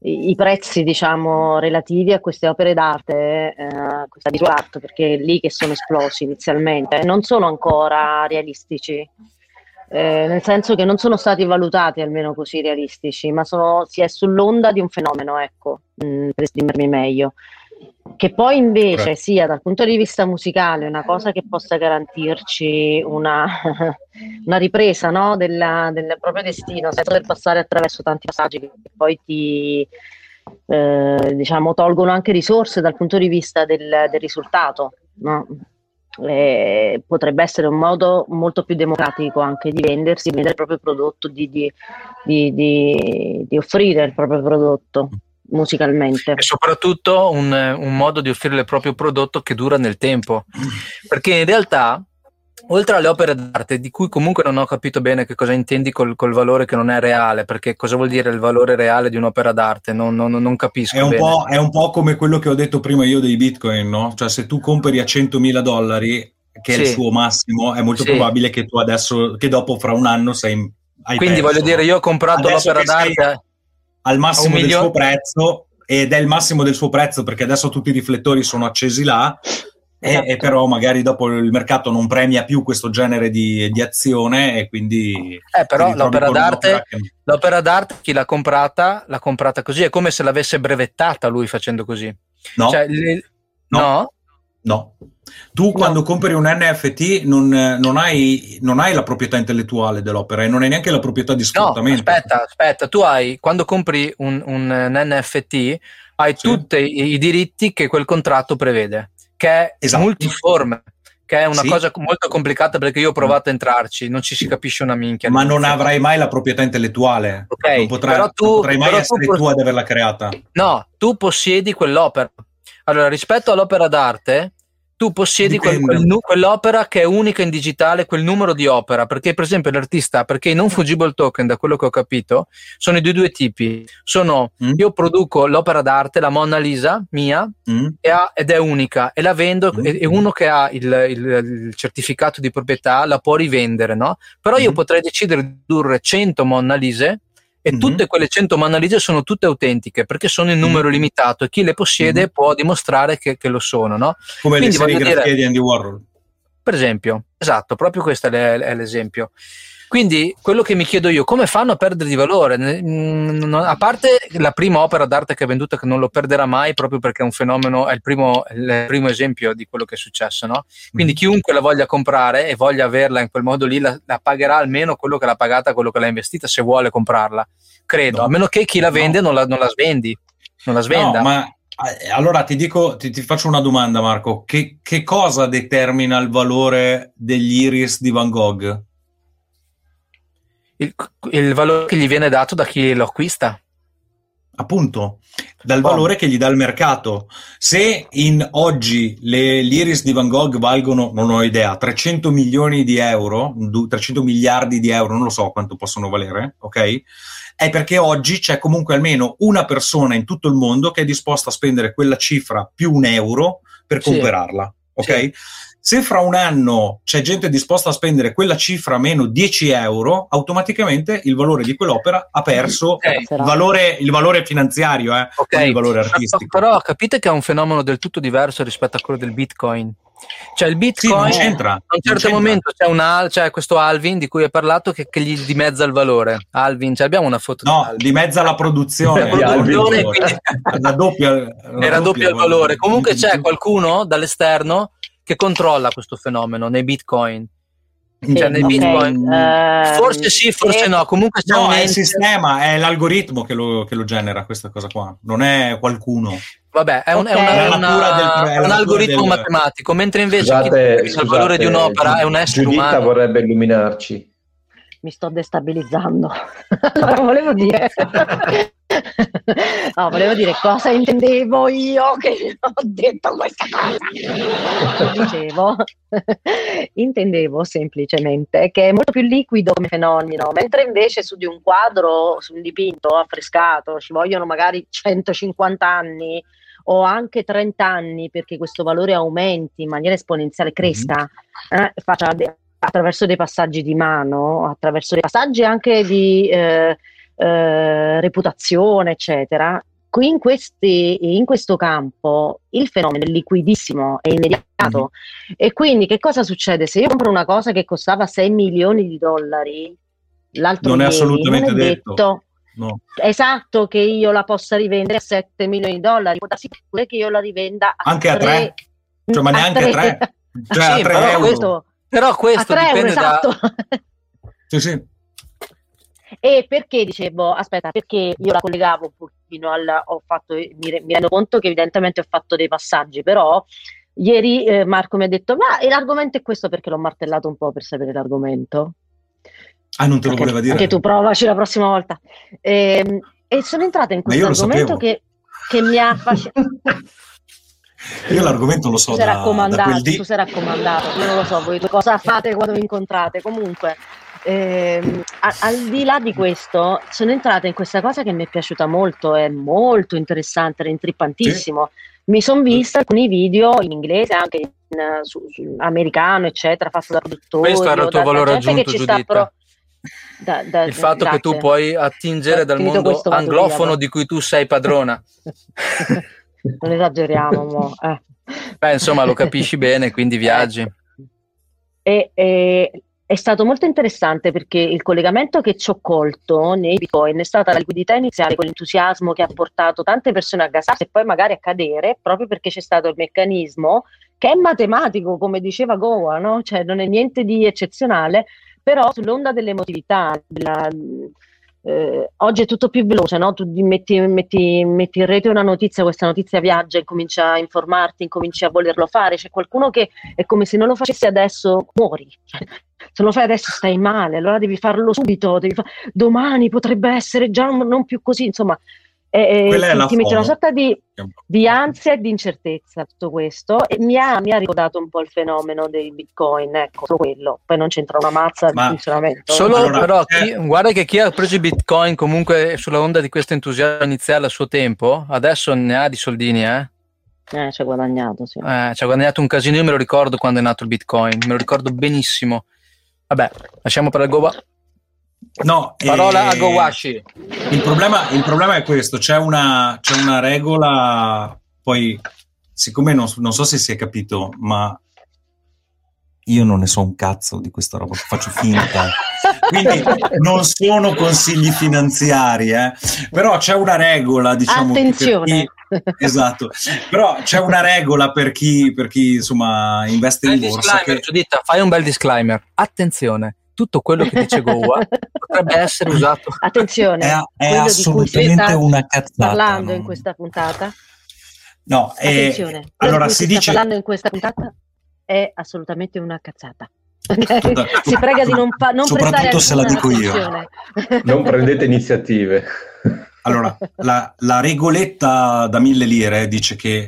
C: i prezzi, diciamo, relativi a queste opere d'arte, questa visual art, perché è lì che sono esplosi inizialmente, non sono ancora realistici, nel senso che non sono stati valutati almeno così realistici, ma si è sull'onda di un fenomeno, ecco, per esprimermi meglio. Che poi invece sia dal punto di vista musicale una cosa che possa garantirci una ripresa, no, del proprio destino, senza dover passare attraverso tanti passaggi che poi ti diciamo tolgono anche risorse dal punto di vista del risultato, no? Potrebbe essere un modo molto più democratico anche di vendersi, vendere il proprio prodotto, di offrire il proprio prodotto musicalmente.
A: E soprattutto un modo di offrire il proprio prodotto che dura nel tempo, perché in realtà oltre alle opere d'arte, di cui comunque non ho capito bene che cosa intendi col valore che non è reale, perché cosa vuol dire il valore reale di un'opera d'arte? Non capisco bene.
B: È un po' come quello che ho detto prima io dei Bitcoin, no? Cioè se tu compri a $100.000, che è il suo massimo, è molto probabile che tu adesso, che dopo fra un anno hai
A: quindi
B: perso,
A: voglio dire, io ho comprato l'opera d'arte
B: al massimo del suo prezzo, ed è il massimo del suo prezzo perché adesso tutti i riflettori sono accesi là. Esatto. E però magari dopo il mercato non premia più questo genere di azione, e quindi
A: però l'opera d'arte chi l'ha comprata così, è come se l'avesse brevettata lui facendo così.
B: No, cioè, no. Tu quando compri un NFT non hai la proprietà intellettuale dell'opera e non hai neanche la proprietà di sfruttamento.
A: No, aspetta, tu quando compri un NFT hai tutti i diritti che quel contratto prevede, che è multiforme, che è una cosa molto complicata, perché io ho provato a entrarci, non ci si capisce una minchia.
B: Ma non avrai mai la proprietà intellettuale, non potrai mai essere tu ad averla creata.
A: No, tu possiedi quell'opera. Allora, rispetto all'opera d'arte, tu possiedi quell'opera che è unica in digitale, quel numero di opera, perché per esempio l'artista, perché i non fungible token, da quello che ho capito, sono di due tipi. Io produco l'opera d'arte, la Mona Lisa mia, ed è unica, e la vendo, e uno che ha il certificato di proprietà la può rivendere, no? Però io potrei decidere di produrre 100 Mona Lise, e tutte quelle 100 Mona Lisa sono tutte autentiche, perché sono in numero limitato, e chi le possiede può dimostrare che lo sono, no?
B: Come quindi, le serigrafie di Andy Warhol,
A: per esempio. Esatto, proprio questo è l'esempio. Quindi quello che mi chiedo io, come fanno a perdere di valore? A parte la prima opera d'arte che ha venduto, che non lo perderà mai, proprio perché è un fenomeno, è il primo esempio di quello che è successo, no? Quindi chiunque la voglia comprare e voglia averla in quel modo lì, la pagherà almeno quello che l'ha pagata, quello che l'ha investita, se vuole comprarla, credo, a meno che chi la vende non la svenda.
B: No, ma allora ti faccio una domanda, Marco. Che cosa determina il valore degli iris di Van Gogh?
A: Il valore che gli viene dato da chi lo acquista,
B: appunto, dal valore che gli dà il mercato. Se oggi l'iris di Van Gogh valgono, non ho idea, 300 milioni di euro, 300 miliardi di euro, non lo so quanto possono valere, ok? È perché oggi c'è comunque almeno una persona in tutto il mondo che è disposta a spendere quella cifra più un euro per comprarla, ok? Sì. Se fra un anno c'è gente disposta a spendere quella cifra meno 10 euro, automaticamente il valore di quell'opera ha perso il valore finanziario, non il valore artistico.
A: Però capite che è un fenomeno del tutto diverso rispetto a quello del Bitcoin. Cioè il Bitcoin,
B: non c'entra,
A: a un certo momento c'è questo halving di cui hai parlato che gli dimezza il valore. Halving, abbiamo una foto
B: dimezza la produzione.
A: Raddoppia il valore. Comunque c'è qualcuno dall'esterno che controlla questo fenomeno nei Bitcoin. Cioè nei Bitcoin forse sì, forse no. Comunque
B: è il sistema, è l'algoritmo che lo genera questa cosa qua, non è qualcuno.
A: Vabbè, è un algoritmo matematico, mentre invece il valore di un'opera è un essere
D: Giuditta
A: umano.
D: Vorrebbe illuminarci.
C: Mi sto destabilizzando. Volevo dire cosa intendevo io che ho detto questa cosa. Intendevo semplicemente che è molto più liquido come fenomeno, mentre invece su di un quadro, su un dipinto affrescato ci vogliono magari 150 anni o anche 30 anni perché questo valore aumenti in maniera esponenziale, cresca, attraverso dei passaggi di mano, attraverso dei passaggi anche di reputazione, eccetera. in questo campo il fenomeno è liquidissimo, è immediato, e quindi che cosa succede? Se io compro una cosa che costava $6 milioni, l'altro
B: non è
C: ieri,
B: assolutamente
C: non è
B: detto. No.
C: Esatto, che io la possa rivendere a $7 milioni, può darsi pure che io la rivenda
B: anche a 3, cioè, ma neanche a 3, cioè
C: sì,
B: a 3 euro.
A: Però questo
C: a 3
A: dipende
C: euro, esatto.
B: Sì.
C: E perché dicevo, aspetta, perché io la collegavo un pochino mi rendo conto che evidentemente ho fatto dei passaggi, però ieri Marco mi ha detto, ma l'argomento è questo, perché l'ho martellato un po' per sapere l'argomento.
B: Ah, non te lo voleva dire?
C: Anche tu provaci la prossima volta. E sono entrata in questo argomento che mi ha affascinato.
B: Io l'argomento lo so
C: tu sei raccomandato, io non lo so voi cosa fate quando vi incontrate. Comunque al di là di questo sono entrata in questa cosa che mi è piaciuta molto, è molto interessante, era intrippantissimo. Mi sono vista alcuni video in inglese, anche su americano eccetera, fatto da produttori.
A: Questo era il tuo valore aggiunto, Giuditta. Il fatto
C: grazie.
A: che tu puoi attingere dal mondo anglofono di cui tu sei padrona.
C: Non esageriamo,
A: Beh, insomma, lo capisci bene, quindi viaggi.
C: È stato molto interessante perché il collegamento che ci ho colto nei Bitcoin è stata la liquidità iniziale, quell'entusiasmo che ha portato tante persone a gasarsi e poi magari a cadere, proprio perché c'è stato il meccanismo che è matematico, come diceva Goa, no? Cioè non è niente di eccezionale, però sull'onda dell'emotività, oggi è tutto più veloce, no? Tu metti in rete una notizia, questa notizia viaggia, incominci a informarti, incominci a volerlo fare. C'è qualcuno che è come se non lo facessi adesso muori, se lo fai adesso stai male, allora devi farlo subito, domani potrebbe essere già non più così, insomma ti mette una sorta di ansia e di incertezza tutto questo, e mi ha ricordato un po' il fenomeno dei Bitcoin, ecco, solo quello, poi non c'entra una mazza di funzionamento.
A: Però guarda che chi ha preso i Bitcoin comunque sulla onda di questo entusiasmo iniziale a suo tempo, adesso ne ha di soldini,
C: ci ha guadagnato, sì.
A: Ci ha guadagnato un casino. Io me lo ricordo quando è nato il Bitcoin, me lo ricordo benissimo. Vabbè, lasciamo per il Gowa.
B: No,
A: parola a Gowashi.
B: Il problema è questo: c'è una regola. Poi, siccome non so se si è capito, ma io non ne so un cazzo di questa roba, faccio finta. Quindi non sono consigli finanziari, però c'è una regola, diciamo.
C: Attenzione.
B: Esatto, però c'è una regola per chi insomma investe in borsa.
A: Giuditta, fai un bel disclaimer. Attenzione, tutto quello che dice Gowa potrebbe essere usato.
C: Attenzione,
B: è assolutamente una cazzata.
C: Parlando in questa puntata.
B: No,
C: attenzione.
B: Allora si dice.
C: Parlando in questa puntata è assolutamente una cazzata. Si prega di non
B: soprattutto se la dico
C: attenzione.
D: Io. Non prendete iniziative.
B: Allora, la regoletta da 1.000 lire dice che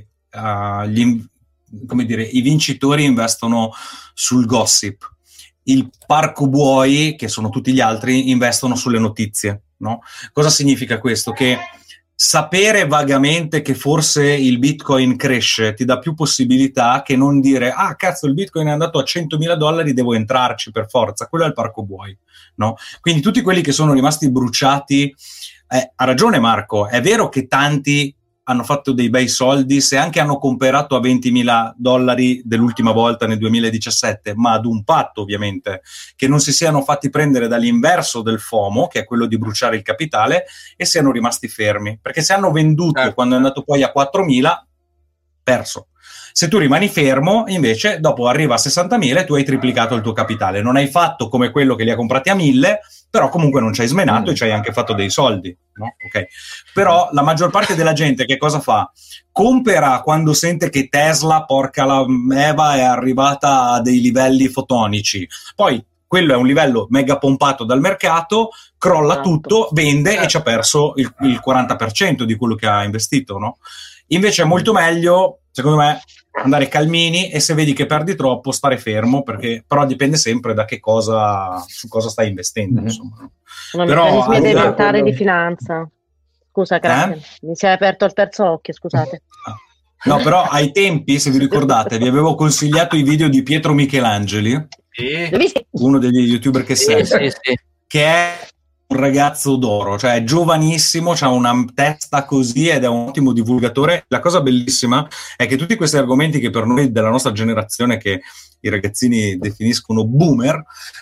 B: i vincitori investono sul gossip, il parco buoi, che sono tutti gli altri, investono sulle notizie, no? Cosa significa questo? Che sapere vagamente che forse il Bitcoin cresce ti dà più possibilità che non dire cazzo, il Bitcoin è andato a $100.000, devo entrarci per forza. Quello è il parco buoi, no? Quindi tutti quelli che sono rimasti bruciati, ha ragione Marco, è vero che tanti hanno fatto dei bei soldi se anche hanno comprato a $20.000 dell'ultima volta nel 2017, ma ad un patto ovviamente, che non si siano fatti prendere dall'inverso del FOMO, che è quello di bruciare il capitale, e siano rimasti fermi, perché se hanno venduto quando è andato poi a 4.000, perso. Se tu rimani fermo, invece, dopo arriva a 60.000 e tu hai triplicato il tuo capitale. Non hai fatto come quello che li ha comprati a 1.000, però comunque non ci hai smenato e ci hai anche fatto dei soldi, no? Ok. Però la maggior parte della gente che cosa fa? Compera quando sente che Tesla, porca la Eva, è arrivata a dei livelli fotonici. Poi quello è un livello mega pompato dal mercato, crolla tutto, vende e ci ha perso il 40% di quello che ha investito, no? Invece è molto meglio, secondo me, andare calmini, e se vedi che perdi troppo stare fermo, perché però dipende sempre da su cosa stai investendo, insomma.
C: Sono meccanismi elementari di finanza. Scusa, Kraken, mi si è aperto il terzo occhio, scusate.
B: No, però ai tempi, se vi ricordate, vi avevo consigliato i video di Pietro Michelangeli, uno degli youtuber che sei, che un ragazzo d'oro, cioè è giovanissimo, ha una testa così ed è un ottimo divulgatore. La cosa bellissima è che tutti questi argomenti che per noi della nostra generazione, che i ragazzini definiscono boomer,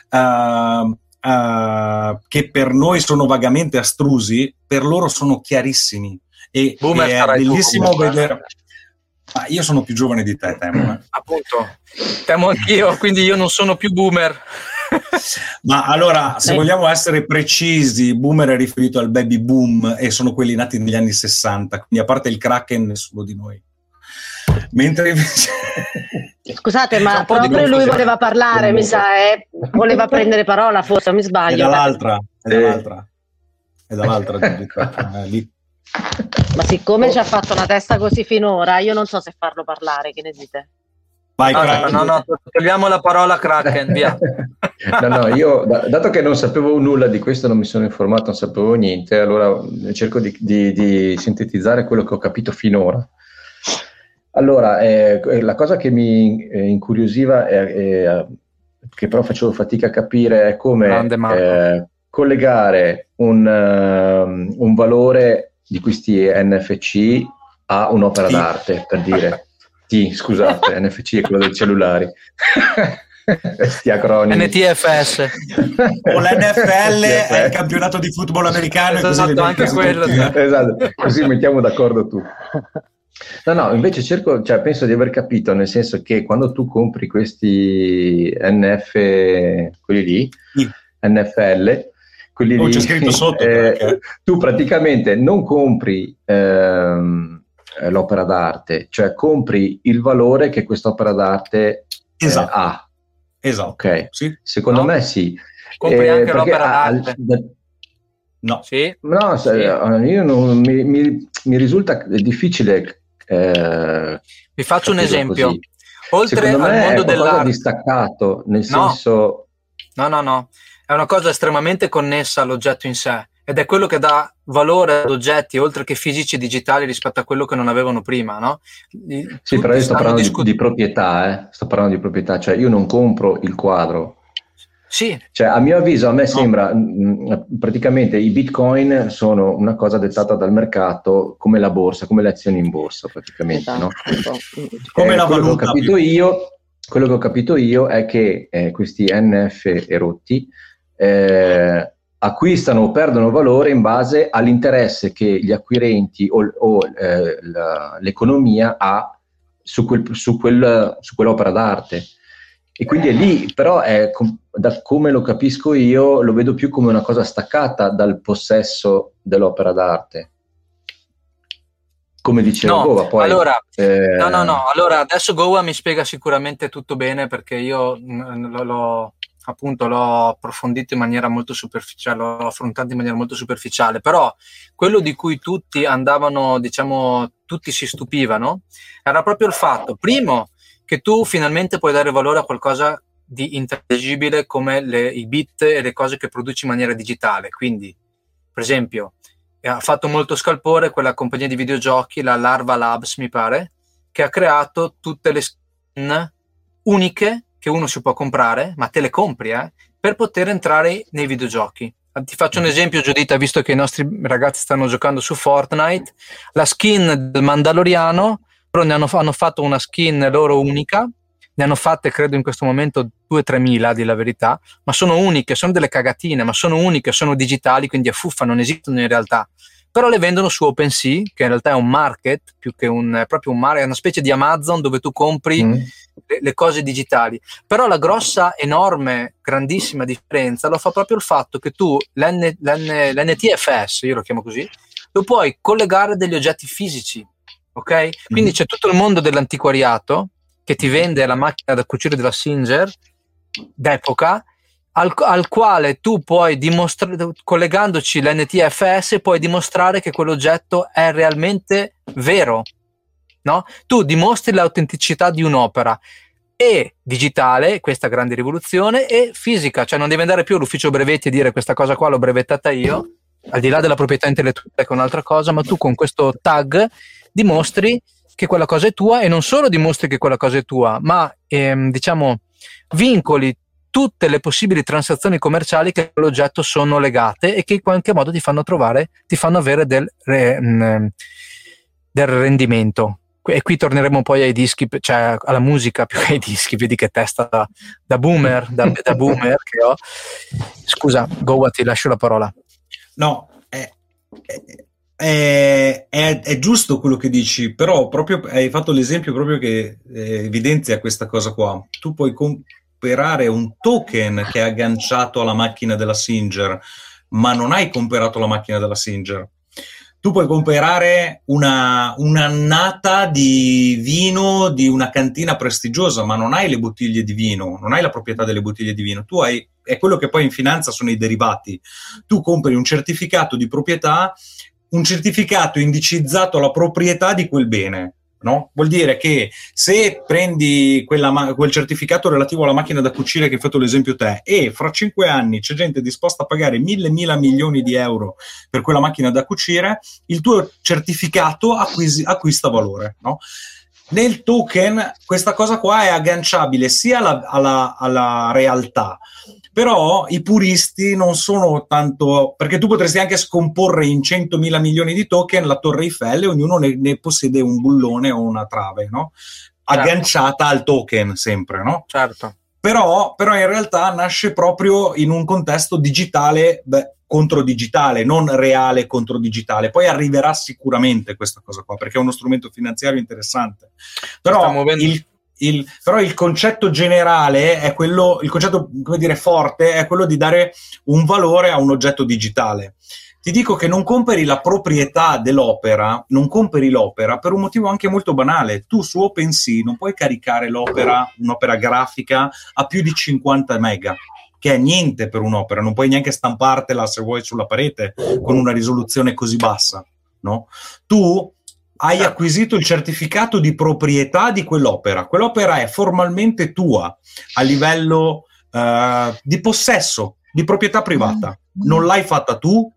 B: che per noi sono vagamente astrusi, per loro sono chiarissimi. E è bellissimo vedere. Ma io sono più giovane di te, temo.
A: Appunto, temo anch'io, quindi io non sono più boomer.
B: Ma allora, se vogliamo essere precisi, boomer è riferito al baby boom e sono quelli nati negli anni 60, quindi a parte il Kraken nessuno di noi. Mentre invece...
C: Scusate, ma proprio lui voleva parlare, mi sa, voleva prendere parola, forse mi sbaglio.
B: È dall'altra. Lì.
C: Ma siccome ci ha fatto una testa così finora, io non so se farlo parlare, che ne dite?
B: Vai,
A: no, togliamo la parola Kraken, via.
D: No, io dato che non sapevo nulla di questo, non mi sono informato, non sapevo niente, allora cerco di sintetizzare quello che ho capito finora. Allora, la cosa che mi incuriosiva, che però facevo fatica a capire, è come collegare un valore di questi NFC a un'opera d'arte, per dire. Scusate, NFC è quello dei cellulari. Sti acronimi.
A: NTFS.
B: O l'NFL è il campionato di football americano.
A: Esatto, anche quello.
D: Esatto, così mettiamo d'accordo tutti. No, invece penso di aver capito, nel senso che quando tu compri questi quelli lì, NFL, quelli lì,
B: c'è scritto sotto,
D: tu praticamente non compri l'opera d'arte, cioè compri il valore che quest'opera d'arte ha.
B: Esatto.
D: Ok.
B: Sì.
D: Secondo me sì.
A: Compri anche l'opera d'arte.
B: No.
A: Sì.
D: No, sì. Io non, mi risulta difficile.
A: Vi faccio un esempio.
D: Così.
A: Oltre
D: Secondo
A: al
D: me
A: mondo
D: è qualcosa
A: dell'arte,
D: distaccato, nel senso.
A: No. È una cosa estremamente connessa all'oggetto in sé, ed è quello che dà valore ad oggetti oltre che fisici e digitali rispetto a quello che non avevano prima, no?
D: Sì, però io sto parlando di proprietà, sto parlando di proprietà, cioè io non compro il quadro.
A: Sì.
D: Cioè, a mio avviso, a me sembra praticamente i bitcoin sono una cosa dettata dal mercato, come la borsa, come le azioni in borsa praticamente, no?
B: Come la valuta.
D: Quello che ho capito io è che questi NF erotti acquistano o perdono valore in base all'interesse che gli acquirenti o l'economia ha su quell'opera d'arte. E quindi è lì, però da come lo capisco io, lo vedo più come una cosa staccata dal possesso dell'opera d'arte. Come diceva Goa, poi...
A: Allora, no. Allora, adesso Goa mi spiega sicuramente tutto bene, perché io l'ho approfondito in maniera molto superficiale, l'ho affrontato in maniera molto superficiale, però quello di cui tutti andavano, diciamo, tutti si stupivano, era proprio il fatto, primo, che tu finalmente puoi dare valore a qualcosa di intangibile come i bit e le cose che produci in maniera digitale. Quindi, per esempio, ha fatto molto scalpore quella compagnia di videogiochi, la Larva Labs mi pare, che ha creato tutte le skin uniche che uno si può comprare, ma te le compri per poter entrare nei videogiochi. Ti faccio un esempio, Giuditta, visto che i nostri ragazzi stanno giocando su Fortnite, la skin del Mandaloriano, però hanno fatto una skin loro unica, ne hanno fatte credo in questo momento 2-3 mila, di la verità, ma sono uniche, sono delle cagatine, ma sono uniche, sono digitali, quindi è fuffa, non esistono in realtà, però le vendono su OpenSea, che in realtà è un market, più che proprio un market, è una specie di Amazon dove tu compri le cose digitali. Però la grossa, enorme, grandissima differenza lo fa proprio il fatto che tu l'NTFS, io lo chiamo così, lo puoi collegare a degli oggetti fisici. Ok? Quindi c'è tutto il mondo dell'antiquariato che ti vende la macchina da cucire della Singer d'epoca, al quale tu puoi dimostrare, collegandoci l'NTFS, puoi dimostrare che quell'oggetto è realmente vero, no? Tu dimostri l'autenticità di un'opera, e digitale, questa grande rivoluzione, e fisica, cioè non devi andare più all'ufficio brevetti e dire questa cosa qua l'ho brevettata io, al di là della proprietà intellettuale che è un'altra cosa, ma tu con questo tag dimostri che quella cosa è tua, e non solo dimostri che quella cosa è tua, ma diciamo vincoli tutte le possibili transazioni commerciali che all'oggetto sono legate e che in qualche modo ti fanno avere del rendimento. E qui torneremo poi ai dischi, cioè alla musica più che ai dischi. Vedi che testa da boomer, da boomer che ho. Scusa, Goa, ti lascio la parola.
B: No, è giusto quello che dici, però proprio hai fatto l'esempio proprio che evidenzia questa cosa qua. Tu puoi comprare un token che è agganciato alla macchina della Singer, ma non hai comprato la macchina della Singer. Tu puoi comprare un'annata di vino di una cantina prestigiosa, ma non hai le bottiglie di vino, non hai la proprietà delle bottiglie di vino. Tu hai, è quello che poi in finanza sono i derivati. Tu compri un certificato di proprietà, un certificato indicizzato alla proprietà di quel bene. No? Vuol dire che se prendi quel certificato relativo alla macchina da cucire che hai fatto l'esempio te, e fra 5 anni c'è gente disposta a pagare 1.000 milioni di euro per quella macchina da cucire, il tuo certificato acquista valore, no? Nel token questa cosa qua è agganciabile sia alla realtà, però i puristi non sono tanto, perché tu potresti anche scomporre in 100.000 milioni di token la Torre Eiffel e ognuno ne possiede un bullone o una trave, no? Agganciata al token sempre, no?
A: Certo.
B: Però in realtà nasce proprio in un contesto digitale contro digitale, non reale contro digitale. Poi arriverà sicuramente questa cosa qua, perché è uno strumento finanziario interessante. Però il concetto generale è quello, il concetto, come dire, forte è quello di dare un valore a un oggetto digitale. Ti dico che non compri la proprietà dell'opera, non compri l'opera per un motivo anche molto banale. Tu su OpenSea non puoi caricare un'opera grafica a più di 50 mega, che è niente per un'opera, non puoi neanche stampartela se vuoi sulla parete con una risoluzione così bassa, no? Tu hai acquisito il certificato di proprietà di quell'opera. Quell'opera è formalmente tua a livello di possesso, di proprietà privata. Non l'hai fatta tu,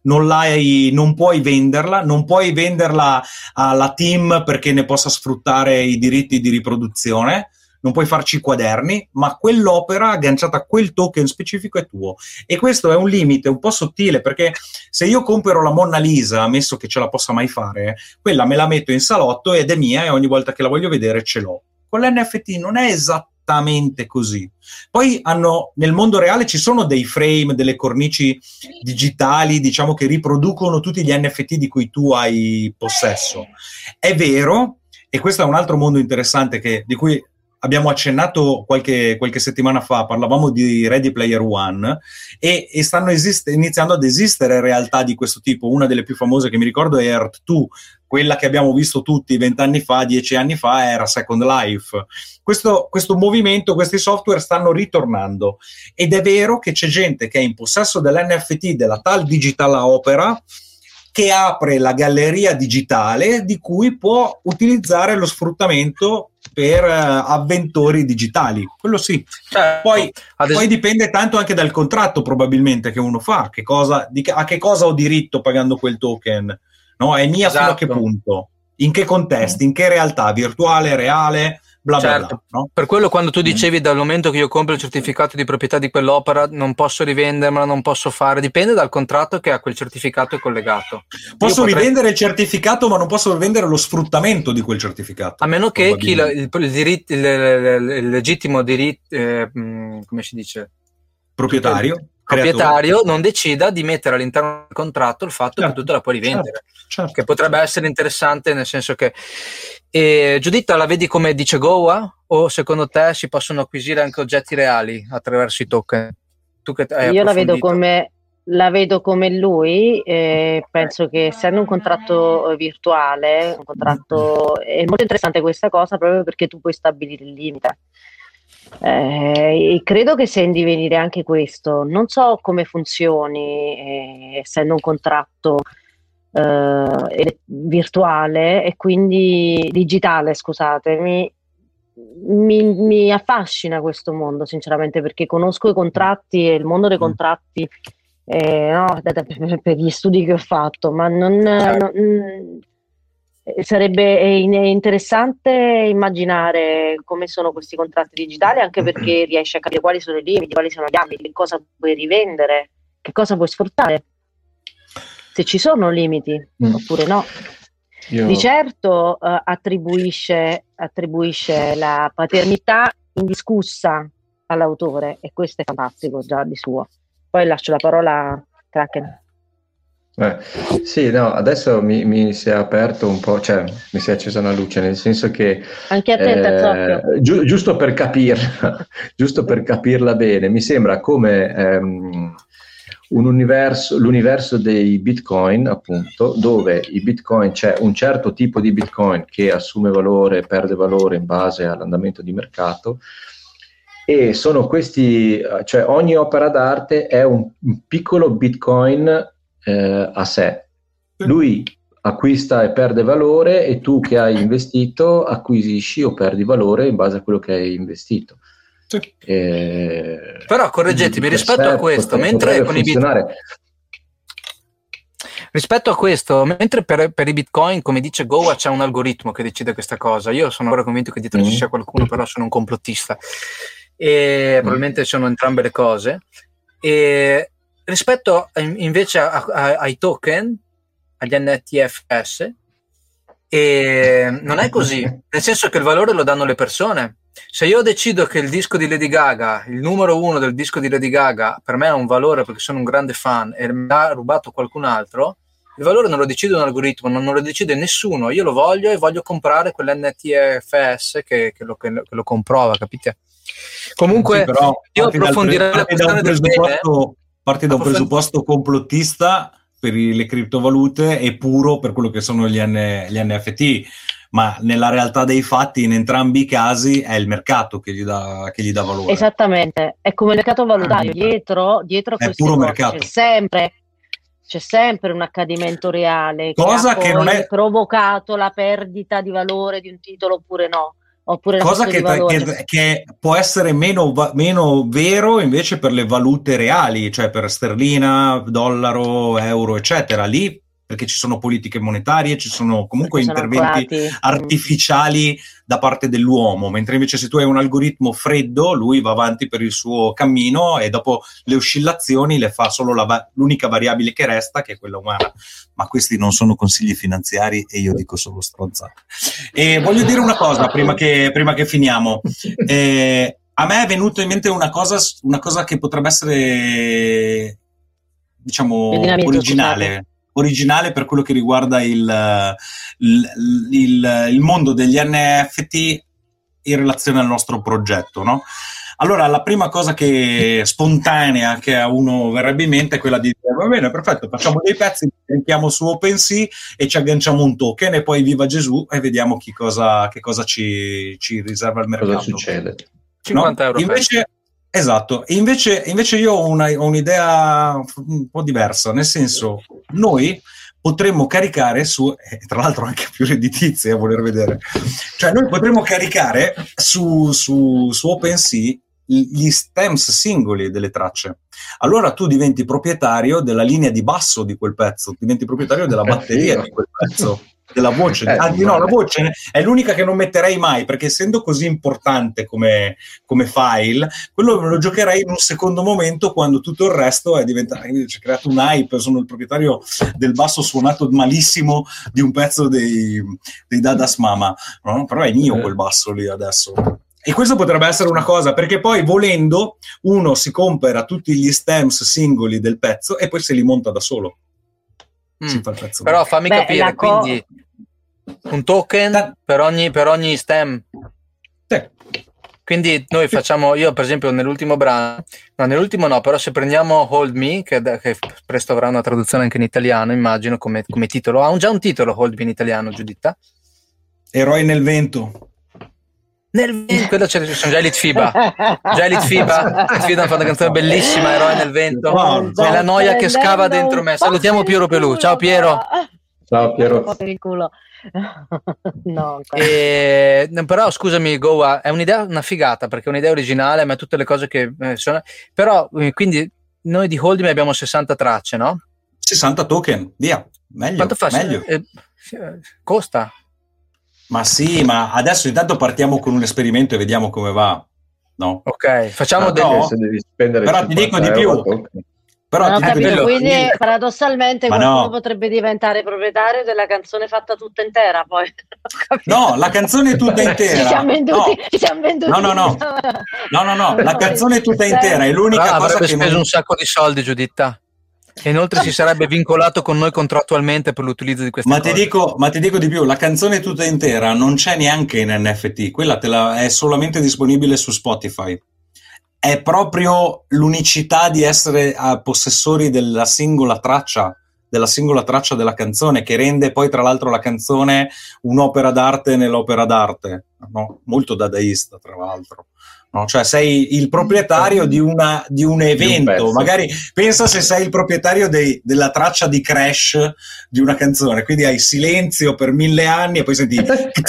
B: non puoi venderla alla team perché ne possa sfruttare i diritti di riproduzione, non puoi farci quaderni, ma quell'opera agganciata a quel token specifico è tuo. E questo è un limite un po' sottile, perché se io compro la Monna Lisa, ammesso che ce la possa mai fare, quella me la metto in salotto ed è mia e ogni volta che la voglio vedere ce l'ho. Con l'NFT non è esattamente così. Poi nel mondo reale ci sono dei frame, delle cornici digitali, diciamo, che riproducono tutti gli NFT di cui tu hai possesso. È vero, e questo è un altro mondo interessante di cui abbiamo accennato qualche settimana fa, parlavamo di Ready Player One e stanno iniziando ad esistere realtà di questo tipo. Una delle più famose che mi ricordo è Earth 2, quella che abbiamo visto tutti 20 anni fa, 10 anni fa era Second Life. Questo movimento, questi software stanno ritornando ed è vero che c'è gente che è in possesso dell'NFT della tal Digital Opera, che apre la galleria digitale di cui può utilizzare lo sfruttamento per avventori digitali. Quello sì. Poi dipende tanto anche dal contratto probabilmente che uno fa, a che cosa ho diritto pagando quel token, no? È mia fino a che punto, in che contesti, in che realtà, virtuale, reale, bla bla bla, no?
A: Per quello quando tu dicevi dal momento che io compro il certificato di proprietà di quell'opera non posso rivendermela, non posso fare, dipende dal contratto che a quel certificato è collegato.
B: Posso rivendere il certificato, ma non posso rivendere lo sfruttamento di quel certificato,
A: a meno che il legittimo diritto, come si dice, proprietario non decida di mettere all'interno del contratto il fatto che tu te la puoi rivendere, che potrebbe essere interessante, nel senso che Giuditta, la vedi come dice Goa, o secondo te si possono acquisire anche oggetti reali attraverso i token?
C: Io la vedo come lui, penso che essendo un contratto virtuale, è molto interessante questa cosa proprio perché tu puoi stabilire il limite. E credo che sia in divenire anche questo. Non so come funzioni, essendo un contratto virtuale e quindi digitale, scusatemi, mi affascina questo mondo sinceramente, perché conosco i contratti e il mondo dei contratti per gli studi che ho fatto, ma sarebbe interessante immaginare come sono questi contratti digitali, anche perché riesci a capire quali sono i limiti, quali sono gli ambiti, che cosa puoi rivendere, che cosa puoi sfruttare, se ci sono limiti oppure no. Di certo attribuisce la paternità indiscussa all'autore, e questo è fantastico già di suo. Poi lascio la parola a Kraken.
D: Sì, no, adesso mi si è aperto un po', cioè mi si è accesa una luce, nel senso che
C: anche a te, Tazzocchio.
D: giusto per capirla bene, mi sembra come l'universo dei Bitcoin, appunto, dove i Bitcoin, c'è un certo tipo di Bitcoin che assume valore, perde valore in base all'andamento di mercato, e sono questi, cioè ogni opera d'arte è un piccolo Bitcoin a sé. Lui acquista e perde valore, e tu che hai investito acquisisci o perdi valore in base a quello che hai investito.
A: Sì. Però correggetemi, rispetto a questo, mentre con rispetto a questo, mentre per i Bitcoin, come dice Goa, c'è un algoritmo che decide questa cosa. Io sono ancora convinto che dietro ci sia qualcuno, però sono un complottista, e probabilmente sono entrambe le cose. E rispetto invece ai token, agli NTFS, non è così, nel senso che il valore lo danno le persone. Se io decido che il disco di Lady Gaga, il numero 1 del disco di Lady Gaga, per me ha un valore perché sono un grande fan e me l'ha rubato qualcun altro, il valore non lo decide un algoritmo, non lo decide nessuno. Io lo voglio e voglio comprare quell'NTFS che lo comprova, capite? Comunque, sì, io approfondirei la questione del bene.
B: Parti da un presupposto complottista per le criptovalute e puro per quello che sono gli NFT, ma nella realtà dei fatti in entrambi i casi è il mercato che gli dà valore.
C: Esattamente, è come il mercato valutario, dietro
B: è puro mercato.
C: C'è sempre un accadimento reale
B: cosa che non è
C: provocato la perdita di valore di un titolo oppure no.
B: Cosa che può essere meno vero invece per le valute reali, cioè per sterlina, dollaro, euro, eccetera. Lì, perché ci sono politiche monetarie, ci sono comunque interventi artificiali da parte dell'uomo, mentre invece se tu hai un algoritmo freddo, lui va avanti per il suo cammino e dopo le oscillazioni le fa solo l'unica variabile che resta, che è quella umana. Ma questi non sono consigli finanziari e io dico solo stronzate. E voglio dire una cosa prima che finiamo. A me è venuto in mente una cosa che potrebbe essere, diciamo, originale per quello che riguarda il mondo degli NFT in relazione al nostro progetto, no? Allora, la prima cosa spontanea che a uno verrebbe in mente è quella di dire: va bene, perfetto, facciamo dei pezzi, li carichiamo su OpenSea e ci agganciamo un token e poi viva Gesù e vediamo che cosa ci riserva il mercato.
D: Cosa succede?
A: 50 euro.
B: Invece, esatto, invece io ho un'idea un po' diversa, nel senso, noi potremmo caricare tra l'altro anche più redditizia a voler vedere, cioè noi potremmo caricare su OpenSea gli stems singoli delle tracce. Allora tu diventi proprietario della linea di basso di quel pezzo, diventi proprietario della batteria di quel pezzo, della voce. Anzi no, la voce è l'unica che non metterei mai, perché essendo così importante come file, quello me lo giocherei in un secondo momento, quando tutto il resto è diventato, c'è creato un hype, sono il proprietario del basso suonato malissimo di un pezzo dei Dadas Mama, no? Però è mio quel basso lì adesso. E questo potrebbe essere una cosa, perché poi volendo uno si compra tutti gli stems singoli del pezzo e poi se li monta da solo. Si fa il pezzo.
A: Però fammi capire, quindi un token per ogni stem.
B: Sì.
A: Quindi noi facciamo, io per esempio nell'ultimo brano, però se prendiamo Hold Me, che presto avrà una traduzione anche in italiano, immagino, come titolo, ha già un titolo Hold Me in italiano, Giuditta?
B: Eroi nel vento.
A: Quello sono già Litfiba. Litfiba hanno fatto una canzone bellissima, Eroe nel vento. È la noia che scava dentro me. Salutiamo Piero Pelù. Ciao Piero.
D: Ciao Piero.
C: No,
A: però scusami Goa, è un'idea, una figata, perché è un'idea originale, ma tutte le cose che sono. Però quindi noi di Hold Me abbiamo 60 tracce, no?
B: 60 token, via. Meglio.
A: Quanto fa?
B: Meglio.
A: Costa?
B: Ma sì, ma adesso intanto partiamo con un esperimento e vediamo come va. No?
A: Ok, facciamo
B: se devi spendere però ti dico di più.
C: Però non ho capito, quindi paradossalmente qualcuno
B: no.
C: potrebbe diventare proprietario della canzone fatta tutta intera, poi.
B: No, la canzone tutta intera.
C: Ci siamo venduti.
B: No, la canzone tutta intera è l'unica cosa
A: avrebbe
B: che
A: speso un sacco di soldi, Giuditta. E inoltre si sarebbe vincolato con noi contrattualmente per l'utilizzo di queste cose.
B: Ma ti dico di più, la canzone tutta intera non c'è neanche in NFT, quella è solamente disponibile su Spotify. È proprio l'unicità di essere possessori della singola traccia della canzone, che rende poi tra l'altro la canzone un'opera d'arte nell'opera d'arte, no? Molto dadaista tra l'altro. No? Cioè sei il proprietario di un evento, magari pensa se sei il proprietario della traccia di Crash di una canzone, quindi hai silenzio per 1000 anni e poi senti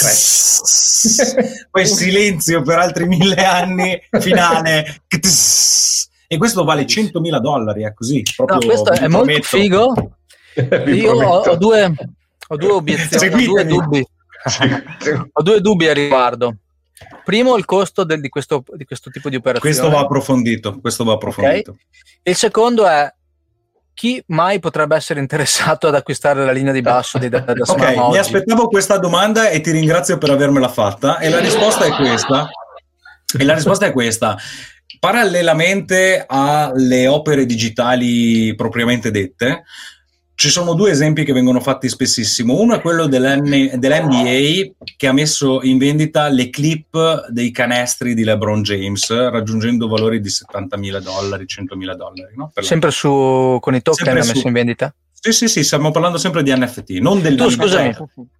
B: poi silenzio per altri 1000 anni, finale e questo vale $100.000, è così proprio.
A: No, questo è molto figo. Io ho due obiezioni, ho due dubbi a riguardo. Primo, il costo di questo tipo di operazione.
B: Questo va approfondito.
A: Okay. Il secondo è: chi mai potrebbe essere interessato ad acquistare la linea di basso da
B: Ok, mi aspettavo questa domanda e ti ringrazio per avermela fatta. E la risposta è questa. Parallelamente alle opere digitali propriamente dette, ci sono due esempi che vengono fatti spessissimo. Uno è quello dell'NBA, che ha messo in vendita le clip dei canestri di LeBron James, raggiungendo valori di $70.000, $100.000. No?
A: Sempre con i token ha messo in vendita?
B: Sì, stiamo parlando sempre di NFT, non del
A: scusami.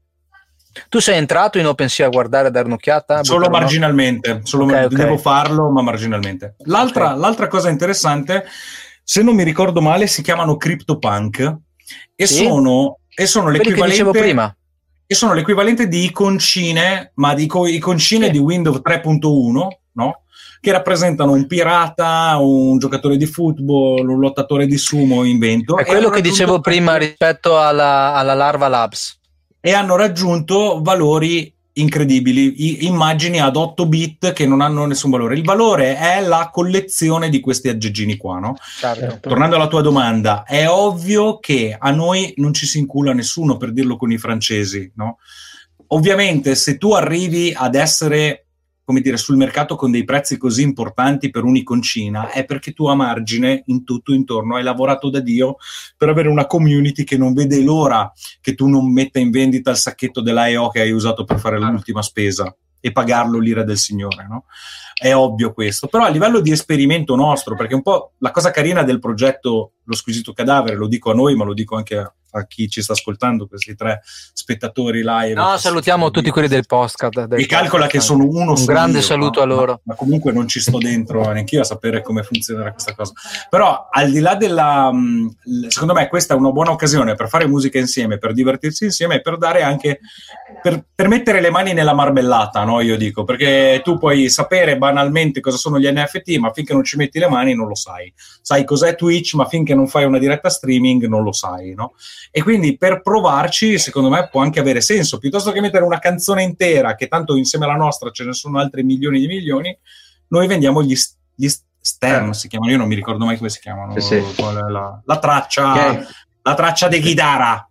A: Tu sei entrato in OpenSea a guardare, a dare un'occhiata?
B: Solo marginalmente, devo farlo, ma marginalmente. L'altra cosa interessante, se non mi ricordo male, si chiamano CryptoPunk. E sono l'equivalente,
A: dicevo prima.
B: E sono l'equivalente di iconcine, ma di iconcine di Windows 3.1, no? Che rappresentano un pirata, un giocatore di football, un lottatore di sumo in vento.
A: È quello che dicevo prima rispetto alla Larva Labs.
B: E hanno raggiunto valori incredibili, immagini ad 8 bit che non hanno nessun valore. Il valore è la collezione di questi aggeggini qua, no?
A: Certo.
B: Tornando alla tua domanda, è ovvio che a noi non ci si incula nessuno, per dirlo con i francesi, no? Ovviamente se tu arrivi ad essere, come dire, sul mercato con dei prezzi così importanti per un'iconcina, è perché tu a margine, in tutto intorno, hai lavorato da Dio per avere una community che non vede l'ora che tu non metta in vendita il sacchetto dell'AEO che hai usato per fare l'ultima spesa e pagarlo l'ira del Signore, no? È ovvio questo, però a livello di esperimento nostro, perché un po' la cosa carina del progetto Lo Squisito Cadavere, lo dico a noi, ma lo dico anche a chi ci sta ascoltando, questi 3 spettatori live.
A: No, salutiamo tutti quelli del podcast.
B: E calcola che sono uno.
A: Un grande saluto a loro.
B: Ma comunque non ci sto dentro neanch'io a sapere come funzionerà questa cosa. Però al di là secondo me questa è una buona occasione per fare musica insieme, per divertirsi insieme e per dare anche per mettere le mani nella marmellata, no? Io dico, perché tu puoi sapere banalmente cosa sono gli NFT, ma finché non ci metti le mani non lo sai. Sai cos'è Twitch, ma finché non fai una diretta streaming non lo sai, no? E quindi per provarci, secondo me, può anche avere senso, piuttosto che mettere una canzone intera, che tanto insieme alla nostra ce ne sono altri milioni di milioni, noi vendiamo gli stem, si chiamano, io non mi ricordo mai come si chiamano, sì. La traccia di chitarra.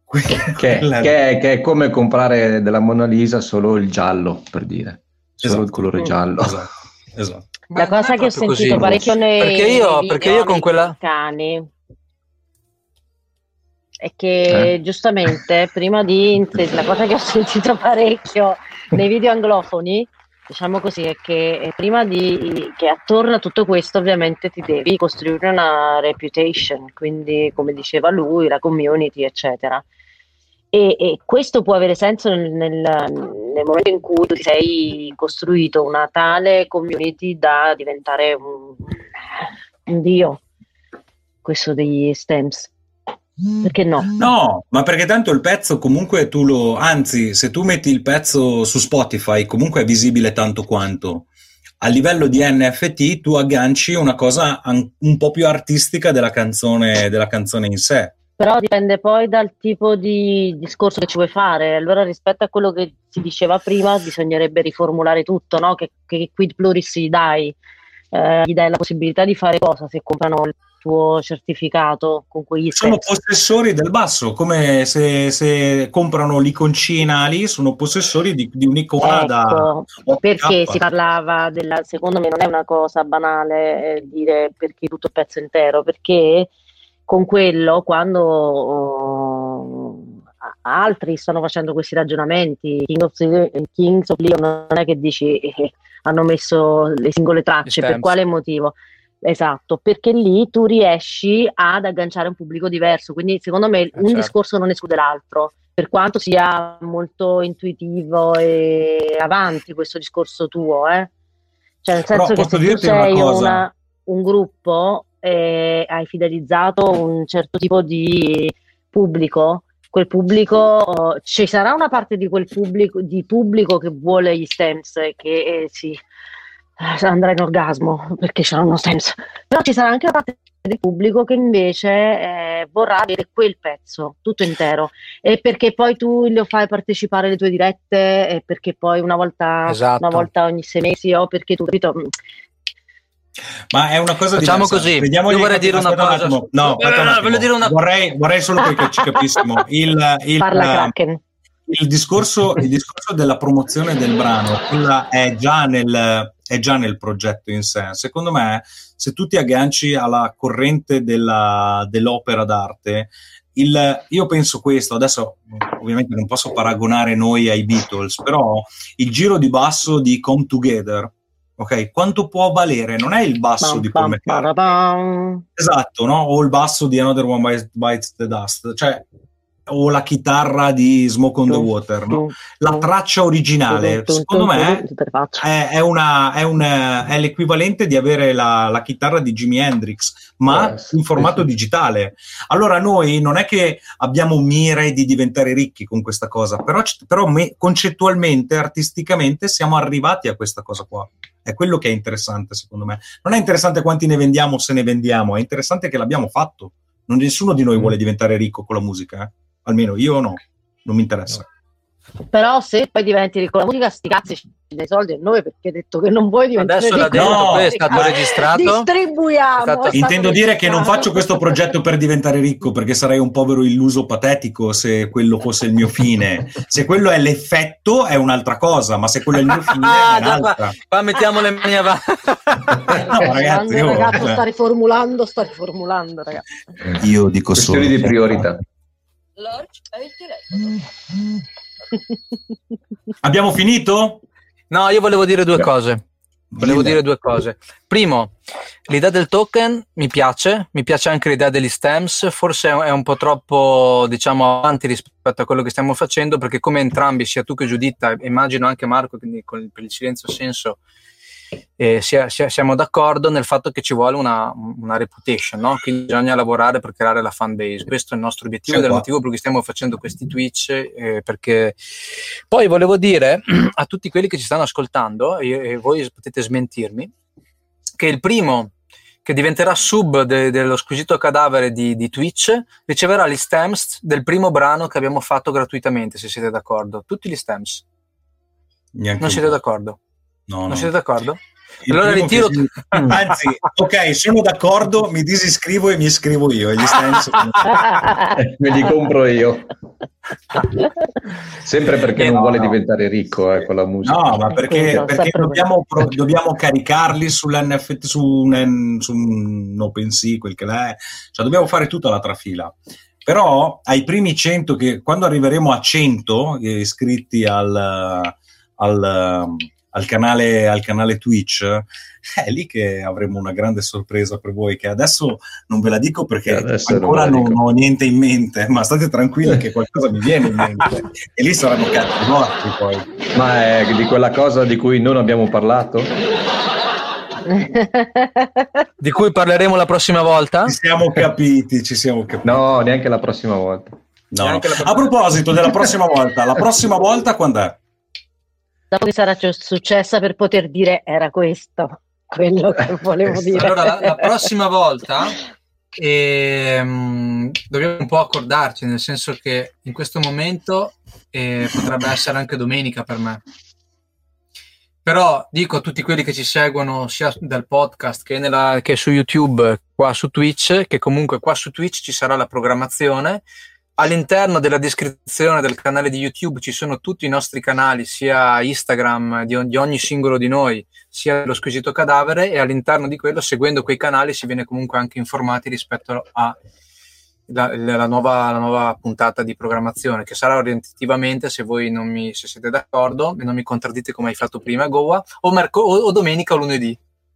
D: Che è come comprare della Mona Lisa solo il giallo, per dire, solo il colore giallo.
B: Esatto.
C: La cosa che ho sentito parecchio
A: perché io con quella
C: cani è che giustamente prima la cosa che ho sentito parecchio nei video anglofoni, diciamo così, è che prima che attorno a tutto questo ovviamente ti devi costruire una reputation, quindi come diceva lui, la community eccetera, e questo può avere senso nel momento in cui ti sei costruito una tale community da diventare un dio, questo degli stems. Perché no?
B: No, ma perché tanto il pezzo comunque anzi, se tu metti il pezzo su Spotify comunque è visibile tanto quanto. A livello di NFT tu agganci una cosa un po' più artistica della canzone in sé,
C: Però dipende poi dal tipo di discorso che ci vuoi fare. Allora, rispetto a quello che si diceva prima, bisognerebbe riformulare tutto, no? Che quid pluris gli dai la possibilità di fare cosa se comprano il tuo certificato con quegli
B: sono
C: steps.
B: possessori del basso, come se comprano l'iconcina lì, sono possessori di un'icona da
C: perché si parlava secondo me non è una cosa banale dire perché tutto il pezzo intero, perché con quello, quando altri stanno facendo questi ragionamenti, Kings of Leon non è che dici hanno messo le singole tracce, per quale motivo? Esatto, perché lì tu riesci ad agganciare un pubblico diverso, quindi secondo me un discorso non esclude l'altro, per quanto sia molto intuitivo e avanti questo discorso tuo, cioè nel senso che se tu sei un gruppo hai fidelizzato un certo tipo di pubblico, quel pubblico ci sarà una parte di quel pubblico che vuole gli stems che si andrà in orgasmo perché c'hanno stems, però ci sarà anche una parte del pubblico che invece vorrà avere quel pezzo tutto intero, e perché poi tu lo fai partecipare alle tue dirette, e perché poi una volta ogni 6 mesi, o perché tu, capito?
B: Ma è una cosa
A: facciamo
B: diversa.
A: Così.
B: Vediamo,
A: io vorrei dire una cosa.
B: Voglio dire una... vorrei solo che ci capissimo.
C: Parla Kraken.
B: Il discorso della promozione del brano, quella è già nel progetto in sé. Secondo me, se tu ti agganci alla corrente dell'opera d'arte, io penso questo, adesso ovviamente non posso paragonare noi ai Beatles, però il giro di basso di Come Together, ok, quanto può valere? Non è il basso di Paul McCartney, esatto, no? O il basso di Another One Bites the Dust, cioè, o la chitarra di Smoke on the Water, no? La traccia originale, secondo me, è l'equivalente di avere la chitarra di Jimi Hendrix, ma in formato digitale. Allora noi non è che abbiamo mire di diventare ricchi con questa cosa, però concettualmente, artisticamente, siamo arrivati a questa cosa qua. È quello che è interessante, secondo me. Non è interessante quanti ne vendiamo, se ne vendiamo, è interessante che l'abbiamo fatto. Nessuno di noi vuole diventare ricco con la musica, almeno io no, non mi interessa.
C: Però se poi diventi ricco con la musica, sti cazzi ci dai soldi a noi, perché hai detto che non vuoi diventare
A: ricco. Adesso poi è stato registrato.
C: Distribuiamo.
B: Intendo dire che non faccio questo progetto per diventare ricco, perché sarei un povero illuso patetico se quello fosse il mio fine. Se quello è l'effetto è un'altra cosa, ma se quello è il mio fine è un'altra.
A: Qua mettiamo le mani avanti.
B: No, ragazzi,
C: ragazzo, sta riformulando, ragazzi.
B: Io dico solo
D: questioni di priorità.
F: Lorch, hai il telefono.
B: Abbiamo finito?
A: No, io volevo dire due cose. Primo, l'idea del token mi piace anche l'idea degli stems, forse è un po' troppo, diciamo, avanti rispetto a quello che stiamo facendo, perché come entrambi, sia tu che Giuditta, immagino anche Marco, quindi per il silenzio senso, siamo d'accordo nel fatto che ci vuole una reputation, no? Quindi bisogna lavorare per creare la fan base. Questo è il nostro obiettivo ed è il motivo per cui stiamo facendo questi Twitch, perché poi volevo dire a tutti quelli che ci stanno ascoltando, e voi potete smentirmi, che il primo che diventerà sub dello squisito cadavere di Twitch riceverà gli stems del primo brano che abbiamo fatto gratuitamente, se siete d'accordo. Tutti gli stems. Non siete d'accordo?
B: No,
A: non siete d'accordo? Allora ritiro.
B: Anzi, ok, sono d'accordo, mi disiscrivo e mi iscrivo io. Gli stems
D: me li compro io. Sempre perché non vuole diventare ricco con la musica.
B: No, ma perché dobbiamo caricarli sull'NFT, su un OpenSea, quel che è. Cioè dobbiamo fare tutta la trafila. Però ai primi 100, che quando arriveremo a 100 iscritti al canale Twitch, è lì che avremo una grande sorpresa per voi, che adesso non ve la dico perché ancora non ho niente in mente, ma state tranquilli che qualcosa mi viene in mente e lì saranno cazzi morti poi.
D: Ma è di quella cosa di cui non abbiamo parlato?
A: Di cui parleremo la prossima volta?
B: Ci siamo capiti.
D: No, neanche la prossima volta.
B: No. A proposito della prossima volta, la prossima volta quando è?
C: Dopo che sarà successa, per poter dire era questo quello che volevo dire.
A: Allora la prossima volta e dobbiamo un po' accordarci, nel senso che in questo momento potrebbe essere anche domenica per me. Però dico a tutti quelli che ci seguono sia dal podcast che su YouTube, qua su Twitch, che comunque qua su Twitch ci sarà la programmazione. All'interno della descrizione del canale di YouTube ci sono tutti i nostri canali, sia Instagram di ogni singolo di noi, sia lo Squisito Cadavere, e all'interno di quello, seguendo quei canali, si viene comunque anche informati rispetto a la nuova puntata di programmazione, che sarà orientativamente, se voi se siete d'accordo e non mi contraddite come hai fatto prima, Goa, o domenica o lunedì.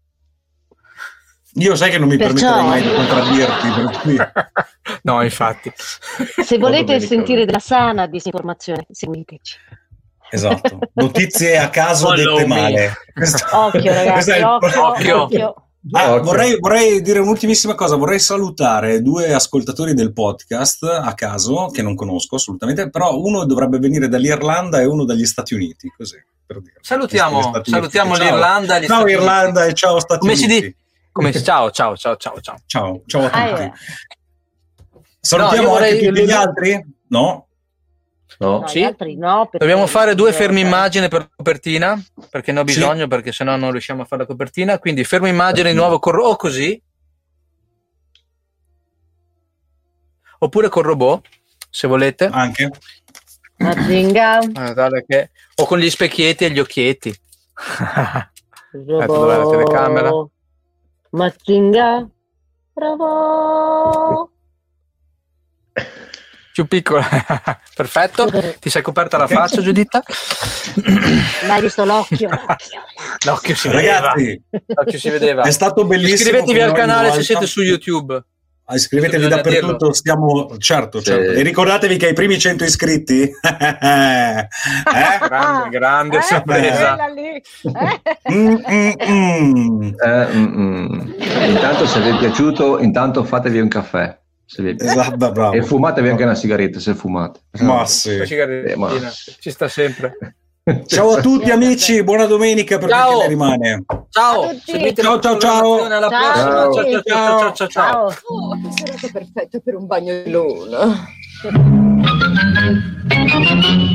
B: Io sai che non mi permetterei mai di contraddirti, per cui...
A: No, infatti.
C: Se volete sentire della sana disinformazione, seguiteci.
B: Esatto. Notizie a caso dette male.
C: Occhio, ragazzi, occhio.
B: Vorrei dire un'ultimissima cosa. Vorrei salutare 2 ascoltatori del podcast a caso, che non conosco assolutamente, però uno dovrebbe venire dall'Irlanda e uno dagli Stati Uniti, così, per dire.
A: Salutiamo l'Irlanda.
B: Ciao Irlanda e ciao Stati Uniti.
A: Ciao a tutti.
B: Salutiamo anche tutti gli altri? No?
C: Sì? Gli altri no.
A: Dobbiamo fare 2 fermi immagine per la copertina, perché ne ho bisogno, perché sennò non riusciamo a fare la copertina. Quindi fermo immagine di nuovo o così, oppure col robot, se volete.
B: Anche.
A: O con gli specchietti e gli occhietti.
C: Dov'è
A: la telecamera?
C: Mazinga, bravo.
A: Più piccola. Perfetto. Ti sei coperta la faccia, Giuditta?
C: L'hai visto l'occhio?
A: L'occhio si vedeva.
B: Ragazzi,
A: l'occhio si vedeva.
B: È stato bellissimo.
A: Iscrivetevi al canale se siete su YouTube.
B: Iscrivetevi dappertutto, certo. E ricordatevi che ai primi 100 iscritti
A: grande sorpresa.
D: Intanto, se vi è piaciuto, fatevi un caffè,
B: esatto,
D: e fumatevi anche una sigaretta se fumate.
B: Ma sì,
A: ci sta sempre.
B: Ciao a tutti amici, buona domenica per chi ne rimane.
A: Ciao.
B: Ciao.
A: Alla prossima. Ciao.
F: Oh, che serata perfetta per un bagno di luna.